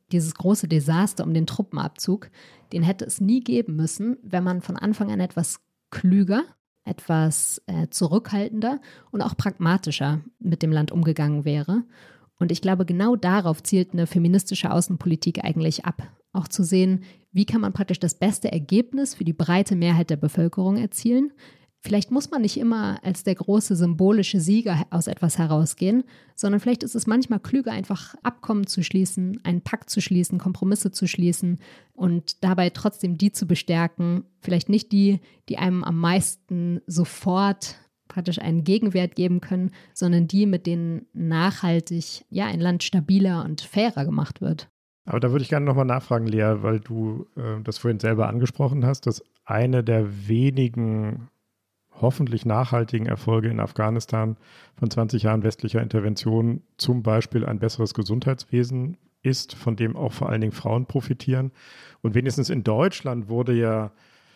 dieses große Desaster um den Truppenabzug, den hätte es nie geben müssen, wenn man von Anfang an etwas klüger, etwas zurückhaltender und auch pragmatischer mit dem Land umgegangen wäre. Und ich glaube, genau darauf zielt eine feministische Außenpolitik eigentlich ab. Auch zu sehen, wie kann man praktisch das beste Ergebnis für die breite Mehrheit der Bevölkerung erzielen. Vielleicht muss man nicht immer als der große symbolische Sieger aus etwas herausgehen, sondern vielleicht ist es manchmal klüger, einfach Abkommen zu schließen, einen Pakt zu schließen, Kompromisse zu schließen und dabei trotzdem die zu bestärken, vielleicht nicht die, die einem am meisten sofort praktisch einen Gegenwert geben können, sondern die, mit denen nachhaltig ein Land stabiler und fairer gemacht wird. Aber da würde ich gerne nochmal nachfragen, Lea, weil du das vorhin selber angesprochen hast, dass eine der wenigen hoffentlich nachhaltigen Erfolge in Afghanistan von 20 Jahren westlicher Intervention zum Beispiel ein besseres Gesundheitswesen ist, von dem auch vor allen Dingen Frauen profitieren. Und wenigstens in Deutschland wurde ja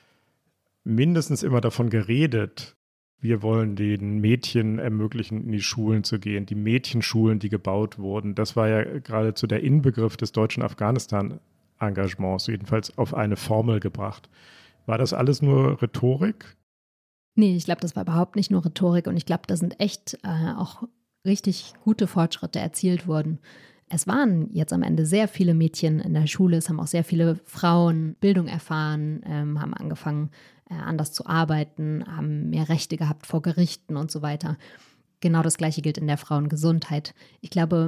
mindestens immer davon geredet, wir wollen den Mädchen ermöglichen, in die Schulen zu gehen, die Mädchenschulen, die gebaut wurden. Das war ja geradezu der Inbegriff des deutschen Afghanistan-Engagements, jedenfalls auf eine Formel gebracht. War das alles nur Rhetorik? Nee, ich glaube, das war überhaupt nicht nur Rhetorik und ich glaube, da sind echt auch richtig gute Fortschritte erzielt worden. Es waren jetzt am Ende sehr viele Mädchen in der Schule, es haben auch sehr viele Frauen Bildung erfahren, haben angefangen, anders zu arbeiten, haben mehr Rechte gehabt vor Gerichten und so weiter. Genau das Gleiche gilt in der Frauengesundheit. Ich glaube,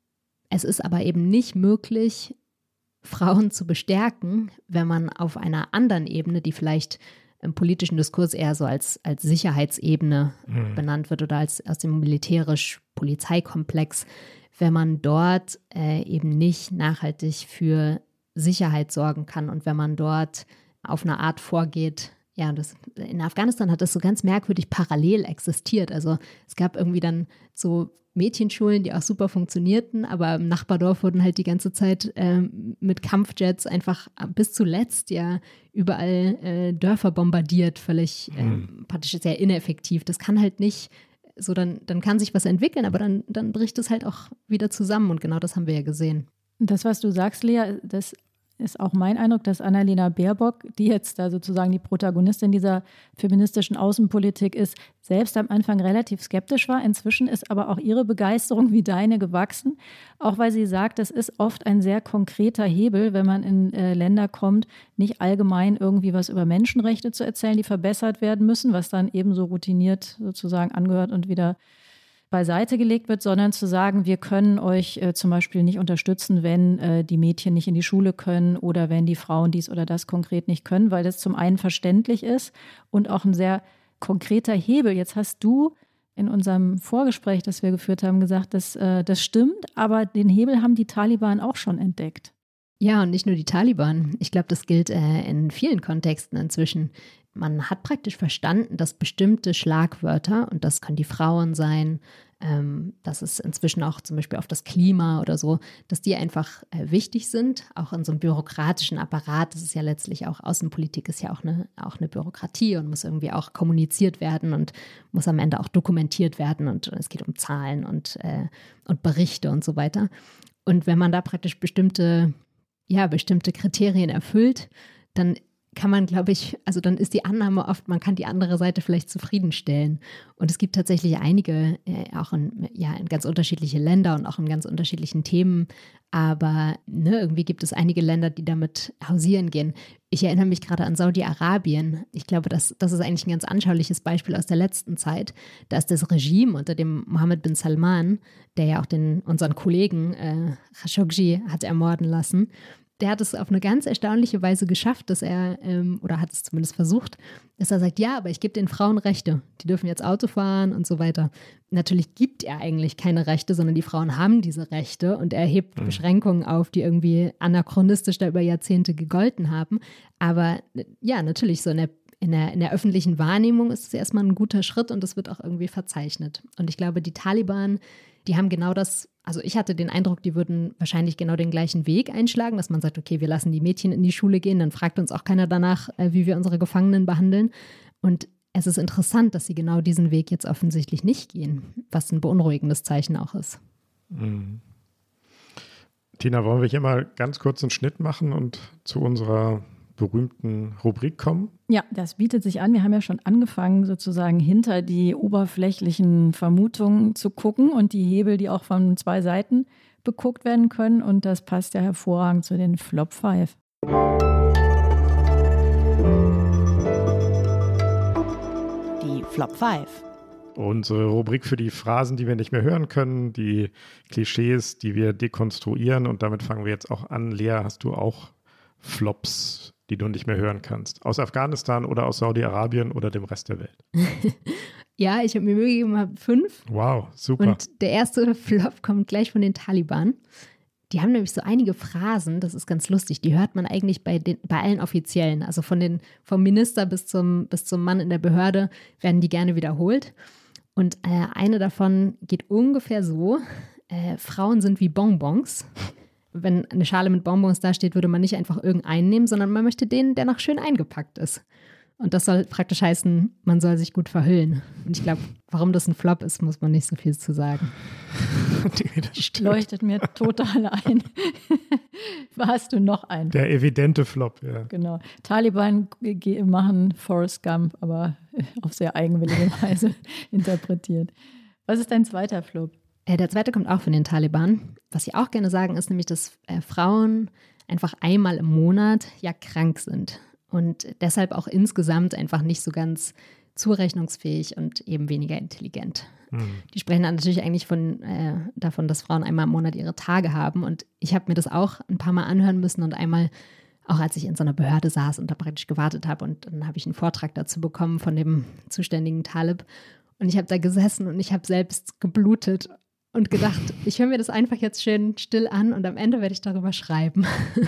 es ist aber eben nicht möglich, Frauen zu bestärken, wenn man auf einer anderen Ebene, die vielleicht im politischen Diskurs eher so als Sicherheitsebene benannt wird oder aus dem militärisch-Polizeikomplex, wenn man dort eben nicht nachhaltig für Sicherheit sorgen kann und wenn man dort auf eine Art vorgeht. Ja, in Afghanistan hat das so ganz merkwürdig parallel existiert. Also es gab irgendwie dann so Mädchenschulen, die auch super funktionierten, aber im Nachbardorf wurden halt die ganze Zeit mit Kampfjets einfach bis zuletzt ja überall Dörfer bombardiert, völlig praktisch sehr ineffektiv. Das kann halt nicht so, dann kann sich was entwickeln, aber dann bricht es halt auch wieder zusammen und genau das haben wir ja gesehen. Das, was du sagst, Lea, das ist auch mein Eindruck, dass Annalena Baerbock, die jetzt da sozusagen die Protagonistin dieser feministischen Außenpolitik ist, selbst am Anfang relativ skeptisch war. Inzwischen ist aber auch ihre Begeisterung wie deine gewachsen, auch weil sie sagt, es ist oft ein sehr konkreter Hebel, wenn man in Länder kommt, nicht allgemein irgendwie was über Menschenrechte zu erzählen, die verbessert werden müssen, was dann eben so routiniert sozusagen angehört und wieder beiseite gelegt wird, sondern zu sagen, wir können euch zum Beispiel nicht unterstützen, wenn die Mädchen nicht in die Schule können oder wenn die Frauen dies oder das konkret nicht können, weil das zum einen verständlich ist und auch ein sehr konkreter Hebel. Jetzt hast du in unserem Vorgespräch, das wir geführt haben, gesagt, dass das stimmt, aber den Hebel haben die Taliban auch schon entdeckt. Ja, und nicht nur die Taliban. Ich glaube, das gilt in vielen Kontexten inzwischen. Man hat praktisch verstanden, dass bestimmte Schlagwörter, und das können die Frauen sein, das ist inzwischen auch zum Beispiel auf das Klima oder so, dass die einfach wichtig sind, auch in so einem bürokratischen Apparat. Das ist ja letztlich auch, Außenpolitik ist ja auch eine Bürokratie und muss irgendwie auch kommuniziert werden und muss am Ende auch dokumentiert werden und es geht um Zahlen und Berichte und so weiter. Und wenn man da praktisch bestimmte Kriterien erfüllt, dann kann man, glaube ich, also dann ist die Annahme oft, man kann die andere Seite vielleicht zufriedenstellen. Und es gibt tatsächlich einige, auch in ganz unterschiedliche Länder und auch in ganz unterschiedlichen Themen. Aber irgendwie gibt es einige Länder, die damit hausieren gehen. Ich erinnere mich gerade an Saudi-Arabien. Ich glaube, das ist eigentlich ein ganz anschauliches Beispiel aus der letzten Zeit. Da ist das Regime unter dem Mohammed bin Salman, der ja auch unseren Kollegen Khashoggi hat ermorden lassen. Der hat es auf eine ganz erstaunliche Weise geschafft, dass er, oder hat es zumindest versucht, dass er sagt, ja, aber ich gebe den Frauen Rechte. Die dürfen jetzt Auto fahren und so weiter. Natürlich gibt er eigentlich keine Rechte, sondern die Frauen haben diese Rechte und er hebt Beschränkungen auf, die irgendwie anachronistisch da über Jahrzehnte gegolten haben. Aber ja, natürlich so in der öffentlichen Wahrnehmung ist es erstmal ein guter Schritt und das wird auch irgendwie verzeichnet. Und ich glaube, die Taliban, die haben genau das, also ich hatte den Eindruck, die würden wahrscheinlich genau den gleichen Weg einschlagen, dass man sagt, okay, wir lassen die Mädchen in die Schule gehen, dann fragt uns auch keiner danach, wie wir unsere Gefangenen behandeln. Und es ist interessant, dass sie genau diesen Weg jetzt offensichtlich nicht gehen, was ein beunruhigendes Zeichen auch ist. Tina, wollen wir hier mal ganz kurz einen Schnitt machen und zu unserer berühmten Rubrik kommen? Ja, das bietet sich an. Wir haben ja schon angefangen, sozusagen hinter die oberflächlichen Vermutungen zu gucken und die Hebel, die auch von 2 Seiten beguckt werden können. Und das passt ja hervorragend zu den Flop 5. Die Flop 5. Unsere Rubrik für die Phrasen, die wir nicht mehr hören können, die Klischees, die wir dekonstruieren. Und damit fangen wir jetzt auch an. Lea, hast du auch Flops, die du nicht mehr hören kannst? Aus Afghanistan oder aus Saudi-Arabien oder dem Rest der Welt? Ja, ich habe mir Mühe gegeben, habe 5. Wow, super. Und der erste Flop kommt gleich von den Taliban. Die haben nämlich so einige Phrasen, das ist ganz lustig, die hört man eigentlich bei allen Offiziellen. Also vom Minister bis zum Mann in der Behörde werden die gerne wiederholt. Und eine davon geht ungefähr so: Frauen sind wie Bonbons. Wenn eine Schale mit Bonbons da steht, würde man nicht einfach irgendeinen nehmen, sondern man möchte den, der noch schön eingepackt ist. Und das soll praktisch heißen, man soll sich gut verhüllen. Und ich glaube, warum das ein Flop ist, muss man nicht so viel zu sagen. Leuchtet mir total ein. Hast du noch einen? Der evidente Flop, ja. Genau. Taliban machen Forrest Gump, aber auf sehr eigenwillige Weise interpretiert. Was ist dein zweiter Flop? Der zweite kommt auch von den Taliban. Was sie auch gerne sagen, ist nämlich, dass Frauen einfach einmal im Monat ja krank sind und deshalb auch insgesamt einfach nicht so ganz zurechnungsfähig und eben weniger intelligent. Die sprechen dann natürlich eigentlich davon, dass Frauen einmal im Monat ihre Tage haben. Und ich habe mir das auch ein paar Mal anhören müssen und einmal auch, als ich in so einer Behörde saß und da praktisch gewartet habe. Und dann habe ich einen Vortrag dazu bekommen von dem zuständigen Talib. Und ich habe da gesessen und ich habe selbst geblutet und gedacht, ich höre mir das einfach jetzt schön still an und am Ende werde ich darüber schreiben.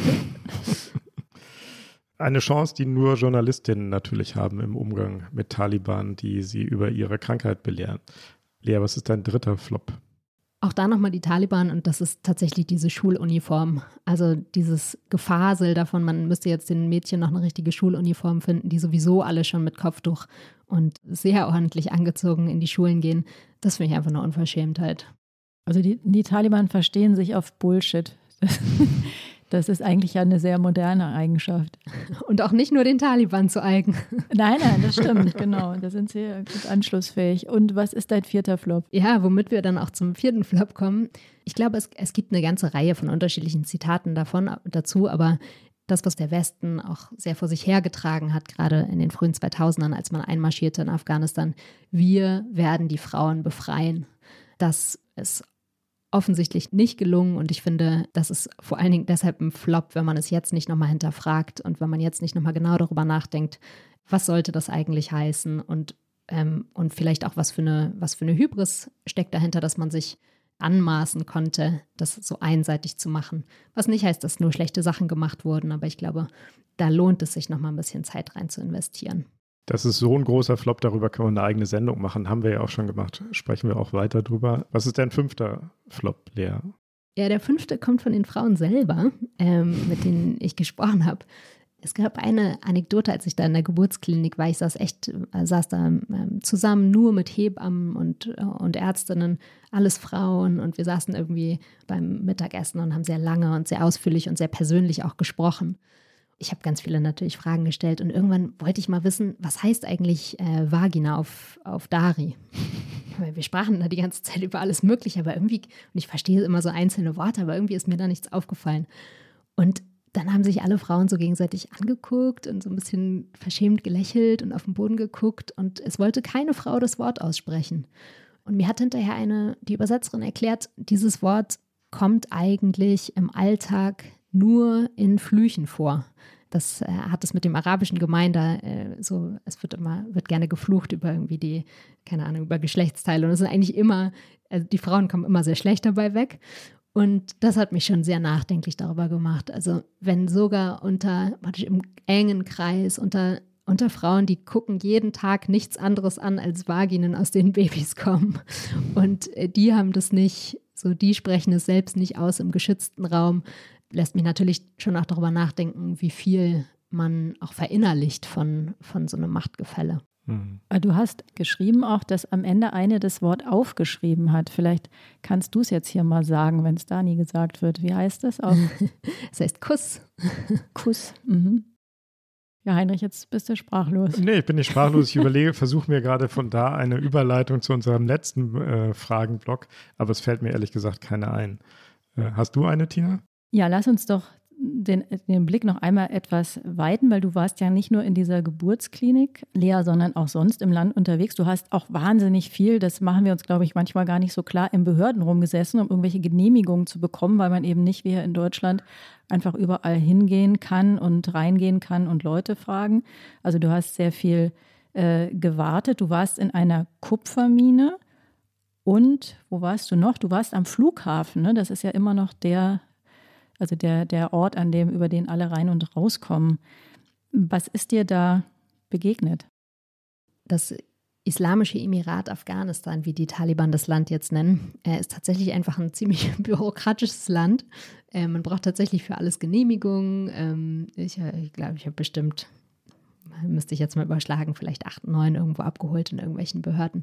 Eine Chance, die nur Journalistinnen natürlich haben im Umgang mit Taliban, die sie über ihre Krankheit belehren. Lea, was ist dein dritter Flop? Auch da nochmal die Taliban und das ist tatsächlich diese Schuluniform. Also dieses Gefasel davon, man müsste jetzt den Mädchen noch eine richtige Schuluniform finden, die sowieso alle schon mit Kopftuch und sehr ordentlich angezogen in die Schulen gehen. Das finde ich einfach eine Unverschämtheit. Also die Taliban verstehen sich auf Bullshit. Das ist eigentlich ja eine sehr moderne Eigenschaft. Und auch nicht nur den Taliban zu eigen. Nein, das stimmt, genau. Da sind sie gut anschlussfähig. Und was ist dein vierter Flop? Ja, womit wir dann auch zum vierten Flop kommen. Ich glaube, es gibt eine ganze Reihe von unterschiedlichen Zitaten dazu, aber das, was der Westen auch sehr vor sich hergetragen hat, gerade in den frühen 2000ern, als man einmarschierte in Afghanistan, wir werden die Frauen befreien. Das ist offensichtlich nicht gelungen und ich finde, das ist vor allen Dingen deshalb ein Flop, wenn man es jetzt nicht nochmal hinterfragt und wenn man jetzt nicht nochmal genau darüber nachdenkt, was sollte das eigentlich heißen und vielleicht auch was für eine Hybris steckt dahinter, dass man sich anmaßen konnte, das so einseitig zu machen. Was nicht heißt, dass nur schlechte Sachen gemacht wurden, aber ich glaube, da lohnt es sich nochmal ein bisschen Zeit rein zu investieren. Das ist so ein großer Flop, darüber können wir eine eigene Sendung machen. Haben wir ja auch schon gemacht. Sprechen wir auch weiter drüber. Was ist dein fünfter Flop, Lea? Ja, der fünfte kommt von den Frauen selber, mit denen ich gesprochen habe. Es gab eine Anekdote, als ich da in der Geburtsklinik war. Ich saß da zusammen nur mit Hebammen und Ärztinnen, alles Frauen. Und wir saßen irgendwie beim Mittagessen und haben sehr lange und sehr ausführlich und sehr persönlich auch gesprochen. Ich habe ganz viele natürlich Fragen gestellt und irgendwann wollte ich mal wissen, was heißt eigentlich Vagina auf Dari? Wir sprachen da die ganze Zeit über alles Mögliche, aber irgendwie, und ich verstehe immer so einzelne Worte, aber irgendwie ist mir da nichts aufgefallen. Und dann haben sich alle Frauen so gegenseitig angeguckt und so ein bisschen verschämt gelächelt und auf den Boden geguckt und es wollte keine Frau das Wort aussprechen. Und mir hat hinterher die Übersetzerin erklärt, dieses Wort kommt eigentlich im Alltag nur in Flüchen vor. Das hat es mit dem Arabischen gemeint, es wird gerne geflucht über irgendwie über Geschlechtsteile und es sind eigentlich immer, also die Frauen kommen immer sehr schlecht dabei weg und das hat mich schon sehr nachdenklich darüber gemacht. Also wenn sogar im engen Kreis unter Frauen, die gucken jeden Tag nichts anderes an als Vaginen, aus denen Babys kommen und die haben das nicht, so die sprechen es selbst nicht aus im geschützten Raum, lässt mich natürlich schon auch darüber nachdenken, wie viel man auch verinnerlicht von so einem Machtgefälle. Du hast geschrieben auch, dass am Ende eine das Wort aufgeschrieben hat. Vielleicht kannst du es jetzt hier mal sagen, wenn es da nie gesagt wird. Wie heißt das? Es heißt Kuss. Kuss. Mhm. Ja, Heinrich, jetzt bist du sprachlos. Nee, ich bin nicht sprachlos. Ich versuche mir gerade von da eine Überleitung zu unserem letzten Fragenblock, aber es fällt mir ehrlich gesagt keine ein. Hast du eine, Tina? Ja, lass uns doch den Blick noch einmal etwas weiten, weil du warst ja nicht nur in dieser Geburtsklinik, Lea, sondern auch sonst im Land unterwegs. Du hast auch wahnsinnig viel, das machen wir uns, glaube ich, manchmal gar nicht so klar, in Behörden rumgesessen, um irgendwelche Genehmigungen zu bekommen, weil man eben nicht wie hier in Deutschland einfach überall hingehen kann und reingehen kann und Leute fragen. Also du hast sehr viel gewartet. Du warst in einer Kupfermine und wo warst du noch? Du warst am Flughafen, ne? Das ist ja immer noch der Ort, über den alle rein und rauskommen. Was ist dir da begegnet? Das Islamische Emirat Afghanistan, wie die Taliban das Land jetzt nennen, ist tatsächlich einfach ein ziemlich bürokratisches Land. Man braucht tatsächlich für alles Genehmigungen. Ich glaube, ich habe bestimmt, müsste ich jetzt mal überschlagen, vielleicht 8, 9 irgendwo abgeholt in irgendwelchen Behörden.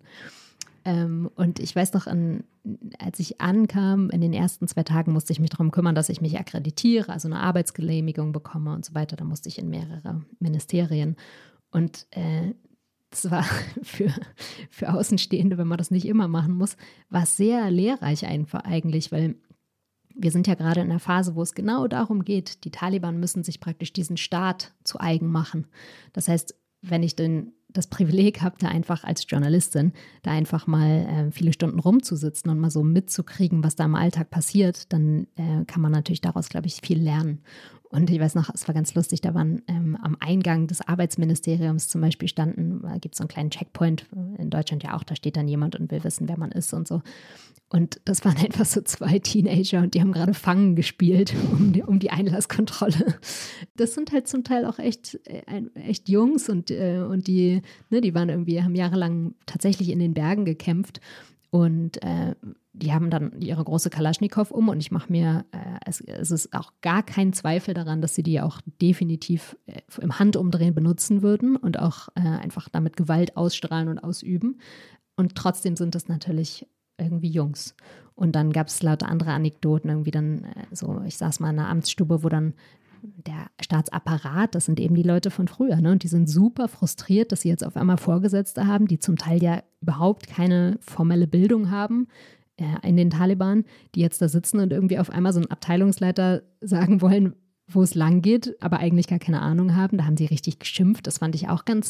Und ich weiß noch, als ich ankam, in den ersten 2 Tagen musste ich mich darum kümmern, dass ich mich akkreditiere, also eine Arbeitsgenehmigung bekomme und so weiter. Da musste ich in mehrere Ministerien. Und das war für Außenstehende, wenn man das nicht immer machen muss, war es sehr lehrreich einfach eigentlich, weil wir sind ja gerade in einer Phase, wo es genau darum geht, die Taliban müssen sich praktisch diesen Staat zu eigen machen. Das heißt, wenn ich das Privileg habe, da einfach als Journalistin da einfach mal viele Stunden rumzusitzen und mal so mitzukriegen, was da im Alltag passiert, dann kann man natürlich daraus, glaube ich, viel lernen. Und ich weiß noch, es war ganz lustig, da waren am Eingang des Arbeitsministeriums zum Beispiel da gibt es so einen kleinen Checkpoint, in Deutschland ja auch, da steht dann jemand und will wissen, wer man ist und so. Und das waren einfach so 2 Teenager und die haben gerade Fangen gespielt um die Einlasskontrolle. Das sind halt zum Teil auch echt Jungs und die waren irgendwie, haben jahrelang tatsächlich in den Bergen gekämpft und die haben dann ihre große Kalaschnikow und ich mache mir, es ist auch gar kein Zweifel daran, dass sie die auch definitiv im Handumdrehen benutzen würden und auch einfach damit Gewalt ausstrahlen und ausüben. Und trotzdem sind das natürlich irgendwie Jungs. Und dann gab es lauter andere Anekdoten, irgendwie dann ich saß mal in einer Amtsstube, wo dann der Staatsapparat, das sind eben die Leute von früher, ne? Und die sind super frustriert, dass sie jetzt auf einmal Vorgesetzte haben, die zum Teil ja überhaupt keine formelle Bildung haben in den Taliban, die jetzt da sitzen und irgendwie auf einmal so einen Abteilungsleiter sagen wollen, wo es lang geht, aber eigentlich gar keine Ahnung haben. Da haben sie richtig geschimpft. Das fand ich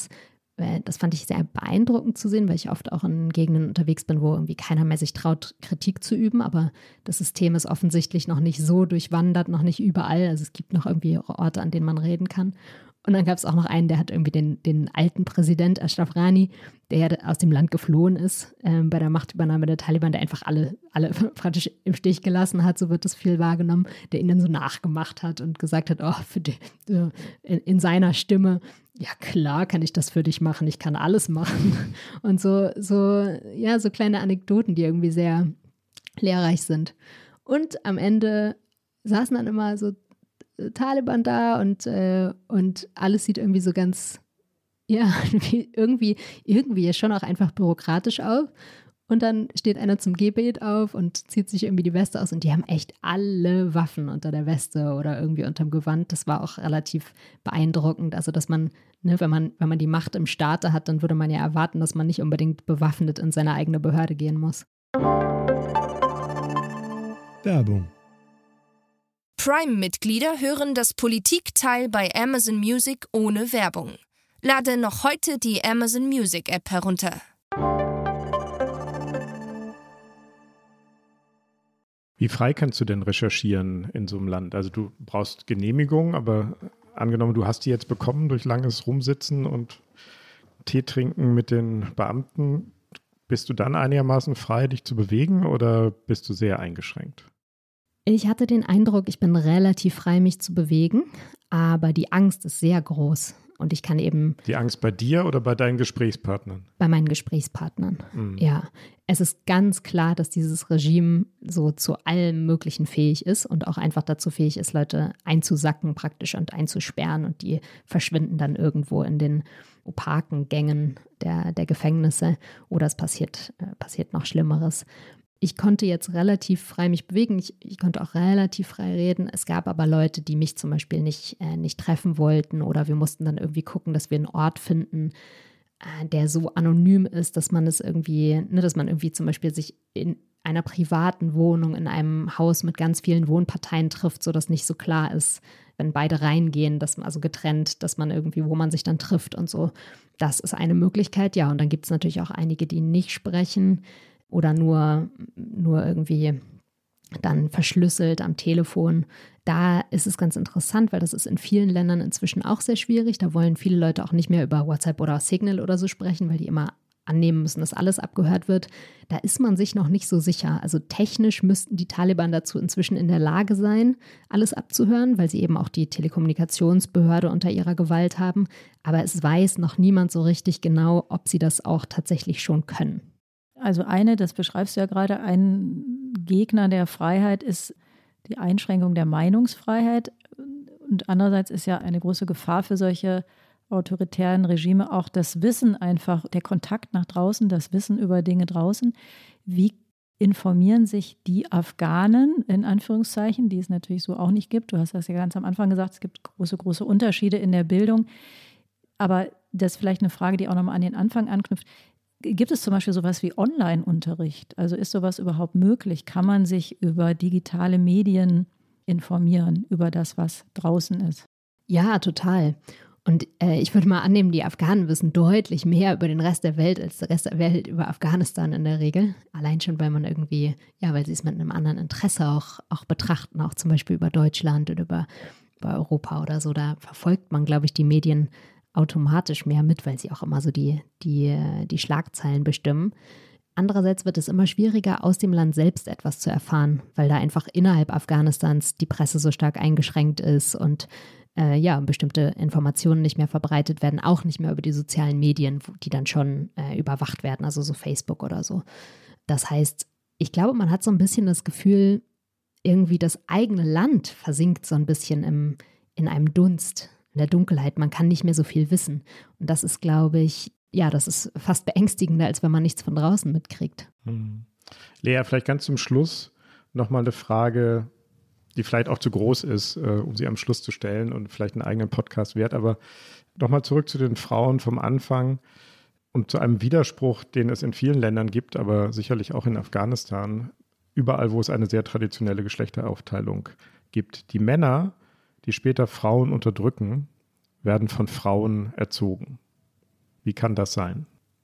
sehr beeindruckend zu sehen, weil ich oft auch in Gegenden unterwegs bin, wo irgendwie keiner mehr sich traut, Kritik zu üben. Aber das System ist offensichtlich noch nicht so durchwandert, noch nicht überall. Also es gibt noch irgendwie Orte, an denen man reden kann. Und dann gab es auch noch einen, der hat irgendwie den alten Präsident Ashraf Ghani, der ja aus dem Land geflohen ist bei der Machtübernahme der Taliban, der einfach alle praktisch im Stich gelassen hat, so wird das viel wahrgenommen, der ihn dann so nachgemacht hat und gesagt hat, in seiner Stimme, ja klar kann ich das für dich machen, ich kann alles machen. Und so kleine Anekdoten, die irgendwie sehr lehrreich sind. Und am Ende saßen dann immer so Taliban da und alles sieht irgendwie so ganz, ja, irgendwie schon auch einfach bürokratisch auf. Und dann steht einer zum Gebet auf und zieht sich irgendwie die Weste aus und die haben echt alle Waffen unter der Weste oder irgendwie unterm Gewand. Das war auch relativ beeindruckend. Also, dass man, wenn man die Macht im Staate hat, dann würde man ja erwarten, dass man nicht unbedingt bewaffnet in seine eigene Behörde gehen muss. Werbung. Prime-Mitglieder hören das Politikteil bei Amazon Music ohne Werbung. Lade noch heute die Amazon Music App herunter. Wie frei kannst du denn recherchieren in so einem Land? Also du brauchst Genehmigung, aber angenommen, du hast die jetzt bekommen durch langes Rumsitzen und Tee trinken mit den Beamten. Bist du dann einigermaßen frei, dich zu bewegen oder bist du sehr eingeschränkt? Ich hatte den Eindruck, ich bin relativ frei, mich zu bewegen, aber die Angst ist sehr groß. Und ich kann eben... Die Angst bei dir oder bei deinen Gesprächspartnern? Bei meinen Gesprächspartnern, ja. Es ist ganz klar, dass dieses Regime so zu allem Möglichen fähig ist und auch einfach dazu fähig ist, Leute einzusacken praktisch und einzusperren und die verschwinden dann irgendwo in den opaken Gängen der Gefängnisse oder es passiert noch Schlimmeres. Ich konnte jetzt relativ frei mich bewegen, ich konnte auch relativ frei reden. Es gab aber Leute, die mich zum Beispiel nicht treffen wollten oder wir mussten dann irgendwie gucken, dass wir einen Ort finden, der so anonym ist, dass man es irgendwie, dass man irgendwie zum Beispiel sich in einer privaten Wohnung in einem Haus mit ganz vielen Wohnparteien trifft, sodass nicht so klar ist, wenn beide reingehen, dass man also getrennt, dass man irgendwie, wo man sich dann trifft und so. Das ist eine Möglichkeit, ja. Und dann gibt es natürlich auch einige, die nicht sprechen oder nur irgendwie dann verschlüsselt am Telefon. Da ist es ganz interessant, weil das ist in vielen Ländern inzwischen auch sehr schwierig. Da wollen viele Leute auch nicht mehr über WhatsApp oder Signal oder so sprechen, weil die immer annehmen müssen, dass alles abgehört wird. Da ist man sich noch nicht so sicher. Also technisch müssten die Taliban dazu inzwischen in der Lage sein, alles abzuhören, weil sie eben auch die Telekommunikationsbehörde unter ihrer Gewalt haben. Aber es weiß noch niemand so richtig genau, ob sie das auch tatsächlich schon können. Also das beschreibst du ja gerade, ein Gegner der Freiheit ist die Einschränkung der Meinungsfreiheit. Und andererseits ist ja eine große Gefahr für solche autoritären Regime auch das Wissen einfach, der Kontakt nach draußen, das Wissen über Dinge draußen. Wie informieren sich die Afghanen, in Anführungszeichen, die es natürlich so auch nicht gibt? Du hast das ja ganz am Anfang gesagt, es gibt große Unterschiede in der Bildung. Aber das ist vielleicht eine Frage, die auch nochmal an den Anfang anknüpft. Gibt es zum Beispiel sowas wie Online-Unterricht? Also ist sowas überhaupt möglich? Kann man sich über digitale Medien informieren, über das, was draußen ist? Ja, total. Und ich würde mal annehmen, die Afghanen wissen deutlich mehr über den Rest der Welt als der Rest der Welt über Afghanistan in der Regel. Allein schon, weil man irgendwie, weil sie es mit einem anderen Interesse auch betrachten, auch zum Beispiel über Deutschland oder über Europa oder so. Da verfolgt man, glaube ich, die Medien automatisch mehr mit, weil sie auch immer so die Schlagzeilen bestimmen. Andererseits wird es immer schwieriger, aus dem Land selbst etwas zu erfahren, weil da einfach innerhalb Afghanistans die Presse so stark eingeschränkt ist und bestimmte Informationen nicht mehr verbreitet werden, auch nicht mehr über die sozialen Medien, die dann schon überwacht werden, also so Facebook oder so. Das heißt, ich glaube, man hat so ein bisschen das Gefühl, irgendwie das eigene Land versinkt so ein bisschen in einem Dunst, in der Dunkelheit. Man kann nicht mehr so viel wissen. Und das ist, glaube ich, das ist fast beängstigender, als wenn man nichts von draußen mitkriegt. Lea, vielleicht ganz zum Schluss nochmal eine Frage, die vielleicht auch zu groß ist, um sie am Schluss zu stellen und vielleicht einen eigenen Podcast wert. Aber nochmal zurück zu den Frauen vom Anfang und zu einem Widerspruch, den es in vielen Ländern gibt, aber sicherlich auch in Afghanistan, überall, wo es eine sehr traditionelle Geschlechteraufteilung gibt. Die Männer, die später Frauen unterdrücken, werden von Frauen erzogen. Wie kann das sein?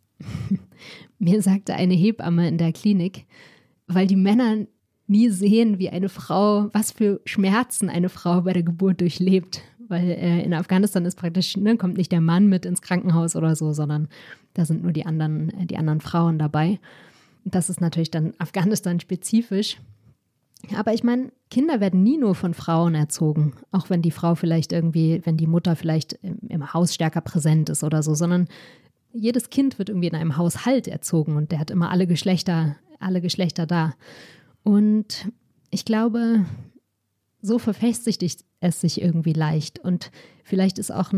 Mir sagte eine Hebamme in der Klinik, weil die Männer nie sehen, wie eine Frau, was für Schmerzen eine Frau bei der Geburt durchlebt. Weil in Afghanistan ist praktisch, kommt nicht der Mann mit ins Krankenhaus oder so, sondern da sind nur die anderen Frauen dabei. Das ist natürlich dann Afghanistan-spezifisch. Aber ich meine, Kinder werden nie nur von Frauen erzogen, auch wenn die Frau vielleicht irgendwie, wenn die Mutter vielleicht im Haus stärker präsent ist oder so, sondern jedes Kind wird irgendwie in einem Haushalt erzogen und der hat immer alle Geschlechter da. Und ich glaube, so verfestigt es sich irgendwie leicht. Und vielleicht ist auch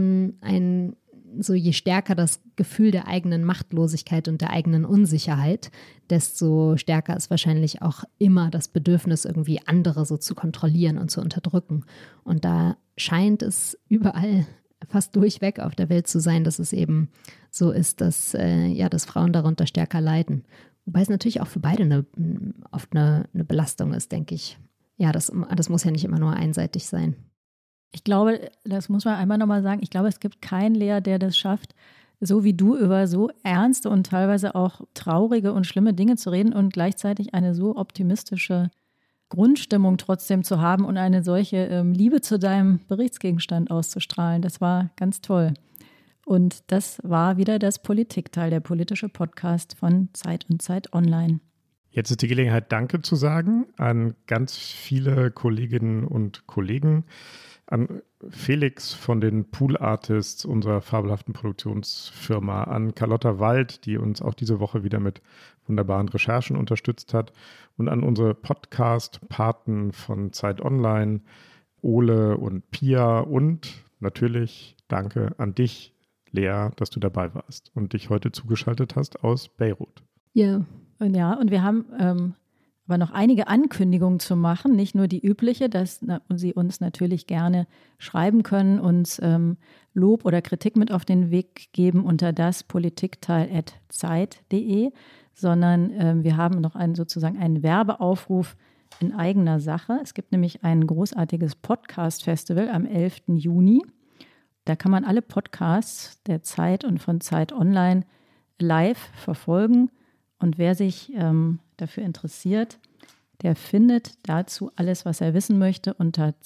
so je stärker das Gefühl der eigenen Machtlosigkeit und der eigenen Unsicherheit, desto stärker ist wahrscheinlich auch immer das Bedürfnis, irgendwie andere so zu kontrollieren und zu unterdrücken. Und da scheint es überall fast durchweg auf der Welt zu sein, dass es eben so ist, dass Frauen darunter stärker leiden. Wobei es natürlich auch für beide oft eine Belastung ist, denke ich. Ja, das muss ja nicht immer nur einseitig sein. Ich glaube, das muss man einmal nochmal sagen, ich glaube, es gibt keinen Lehrer, der das schafft, so wie du über so ernste und teilweise auch traurige und schlimme Dinge zu reden und gleichzeitig eine so optimistische Grundstimmung trotzdem zu haben und eine solche Liebe zu deinem Berichtsgegenstand auszustrahlen. Das war ganz toll. Und das war wieder das Politikteil, der politische Podcast von Zeit und Zeit Online. Jetzt ist die Gelegenheit, Danke zu sagen an ganz viele Kolleginnen und Kollegen, an Felix von den Pool Artists, unserer fabelhaften Produktionsfirma, an Carlotta Wald, die uns auch diese Woche wieder mit wunderbaren Recherchen unterstützt hat, und an unsere Podcast-Paten von Zeit Online, Ole und Pia, und natürlich Danke an dich, Lea, dass du dabei warst und dich heute zugeschaltet hast aus Beirut. Ja. Und wir haben aber noch einige Ankündigungen zu machen, nicht nur die übliche, dass Sie uns natürlich gerne schreiben können, uns Lob oder Kritik mit auf den Weg geben unter daspolitikteil@zeit.de, sondern wir haben noch sozusagen einen Werbeaufruf in eigener Sache. Es gibt nämlich ein großartiges Podcast-Festival am 11. Juni. Da kann man alle Podcasts der Zeit und von Zeit Online live verfolgen. Und wer sich dafür interessiert, der findet dazu alles, was er wissen möchte, unter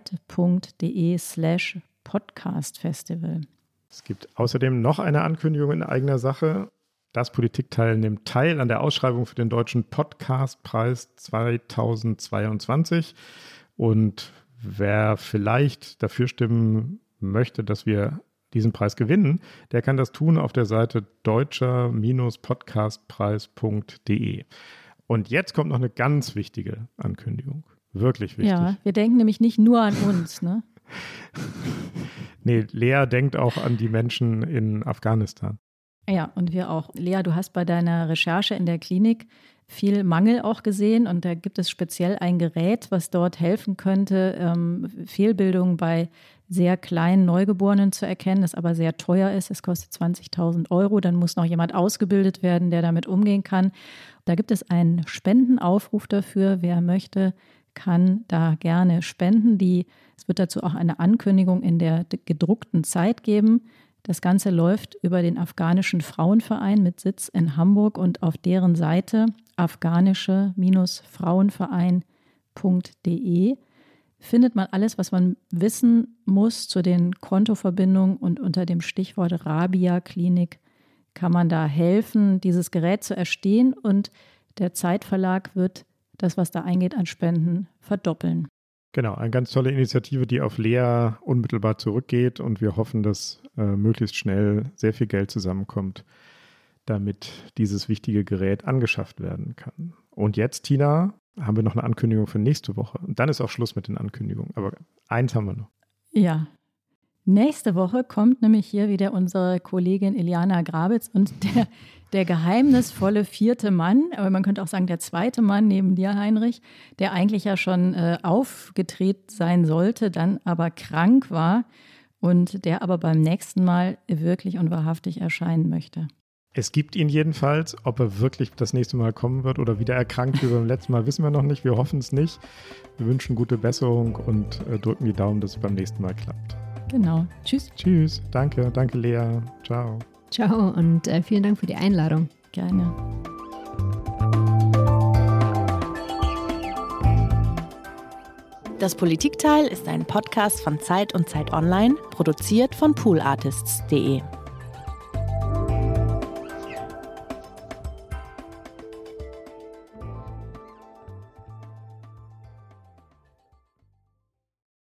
zeit.de/podcastfestival. Es gibt außerdem noch eine Ankündigung in eigener Sache. Das Politikteil nimmt teil an der Ausschreibung für den Deutschen Podcastpreis 2022. Und wer vielleicht dafür stimmen möchte, dass wir diesen Preis gewinnen, der kann das tun auf der Seite deutscher-podcastpreis.de. Und jetzt kommt noch eine ganz wichtige Ankündigung. Wirklich wichtig. Ja, wir denken nämlich nicht nur an uns, ne? Nee, Lea denkt auch an die Menschen in Afghanistan. Ja, und wir auch. Lea, du hast bei deiner Recherche in der Klinik viel Mangel auch gesehen und da gibt es speziell ein Gerät, was dort helfen könnte, Fehlbildungen bei sehr kleinen Neugeborenen zu erkennen, das aber sehr teuer ist. Es kostet 20.000 €. Dann muss noch jemand ausgebildet werden, der damit umgehen kann. Da gibt es einen Spendenaufruf dafür. Wer möchte, kann da gerne spenden. Es wird dazu auch eine Ankündigung in der gedruckten Zeit geben. Das Ganze läuft über den afghanischen Frauenverein mit Sitz in Hamburg und auf deren Seite afghanische-frauenverein.de findet man alles, was man wissen muss zu den Kontoverbindungen und unter dem Stichwort Rabia-Klinik kann man da helfen, dieses Gerät zu erstehen und der Zeitverlag wird das, was da eingeht an Spenden, verdoppeln. Genau, eine ganz tolle Initiative, die auf Lea unmittelbar zurückgeht und wir hoffen, dass möglichst schnell sehr viel Geld zusammenkommt, damit dieses wichtige Gerät angeschafft werden kann. Und jetzt, Tina, haben wir noch eine Ankündigung für nächste Woche. Und dann ist auch Schluss mit den Ankündigungen. Aber eins haben wir noch. Ja, nächste Woche kommt nämlich hier wieder unsere Kollegin Iliana Grabitz und der geheimnisvolle 4. Mann, aber man könnte auch sagen der 2. Mann neben dir, Heinrich, der eigentlich ja schon aufgedreht sein sollte, dann aber krank war und der aber beim nächsten Mal wirklich und wahrhaftig erscheinen möchte. Es gibt ihn jedenfalls. Ob er wirklich das nächste Mal kommen wird oder wieder erkrankt wie beim letzten Mal, wissen wir noch nicht. Wir hoffen es nicht. Wir wünschen gute Besserung und drücken die Daumen, dass es beim nächsten Mal klappt. Genau. Tschüss. Tschüss. Danke. Danke, Lea. Ciao. Ciao und vielen Dank für die Einladung. Gerne. Das Politikteil ist ein Podcast von Zeit und Zeit Online, produziert von poolartists.de.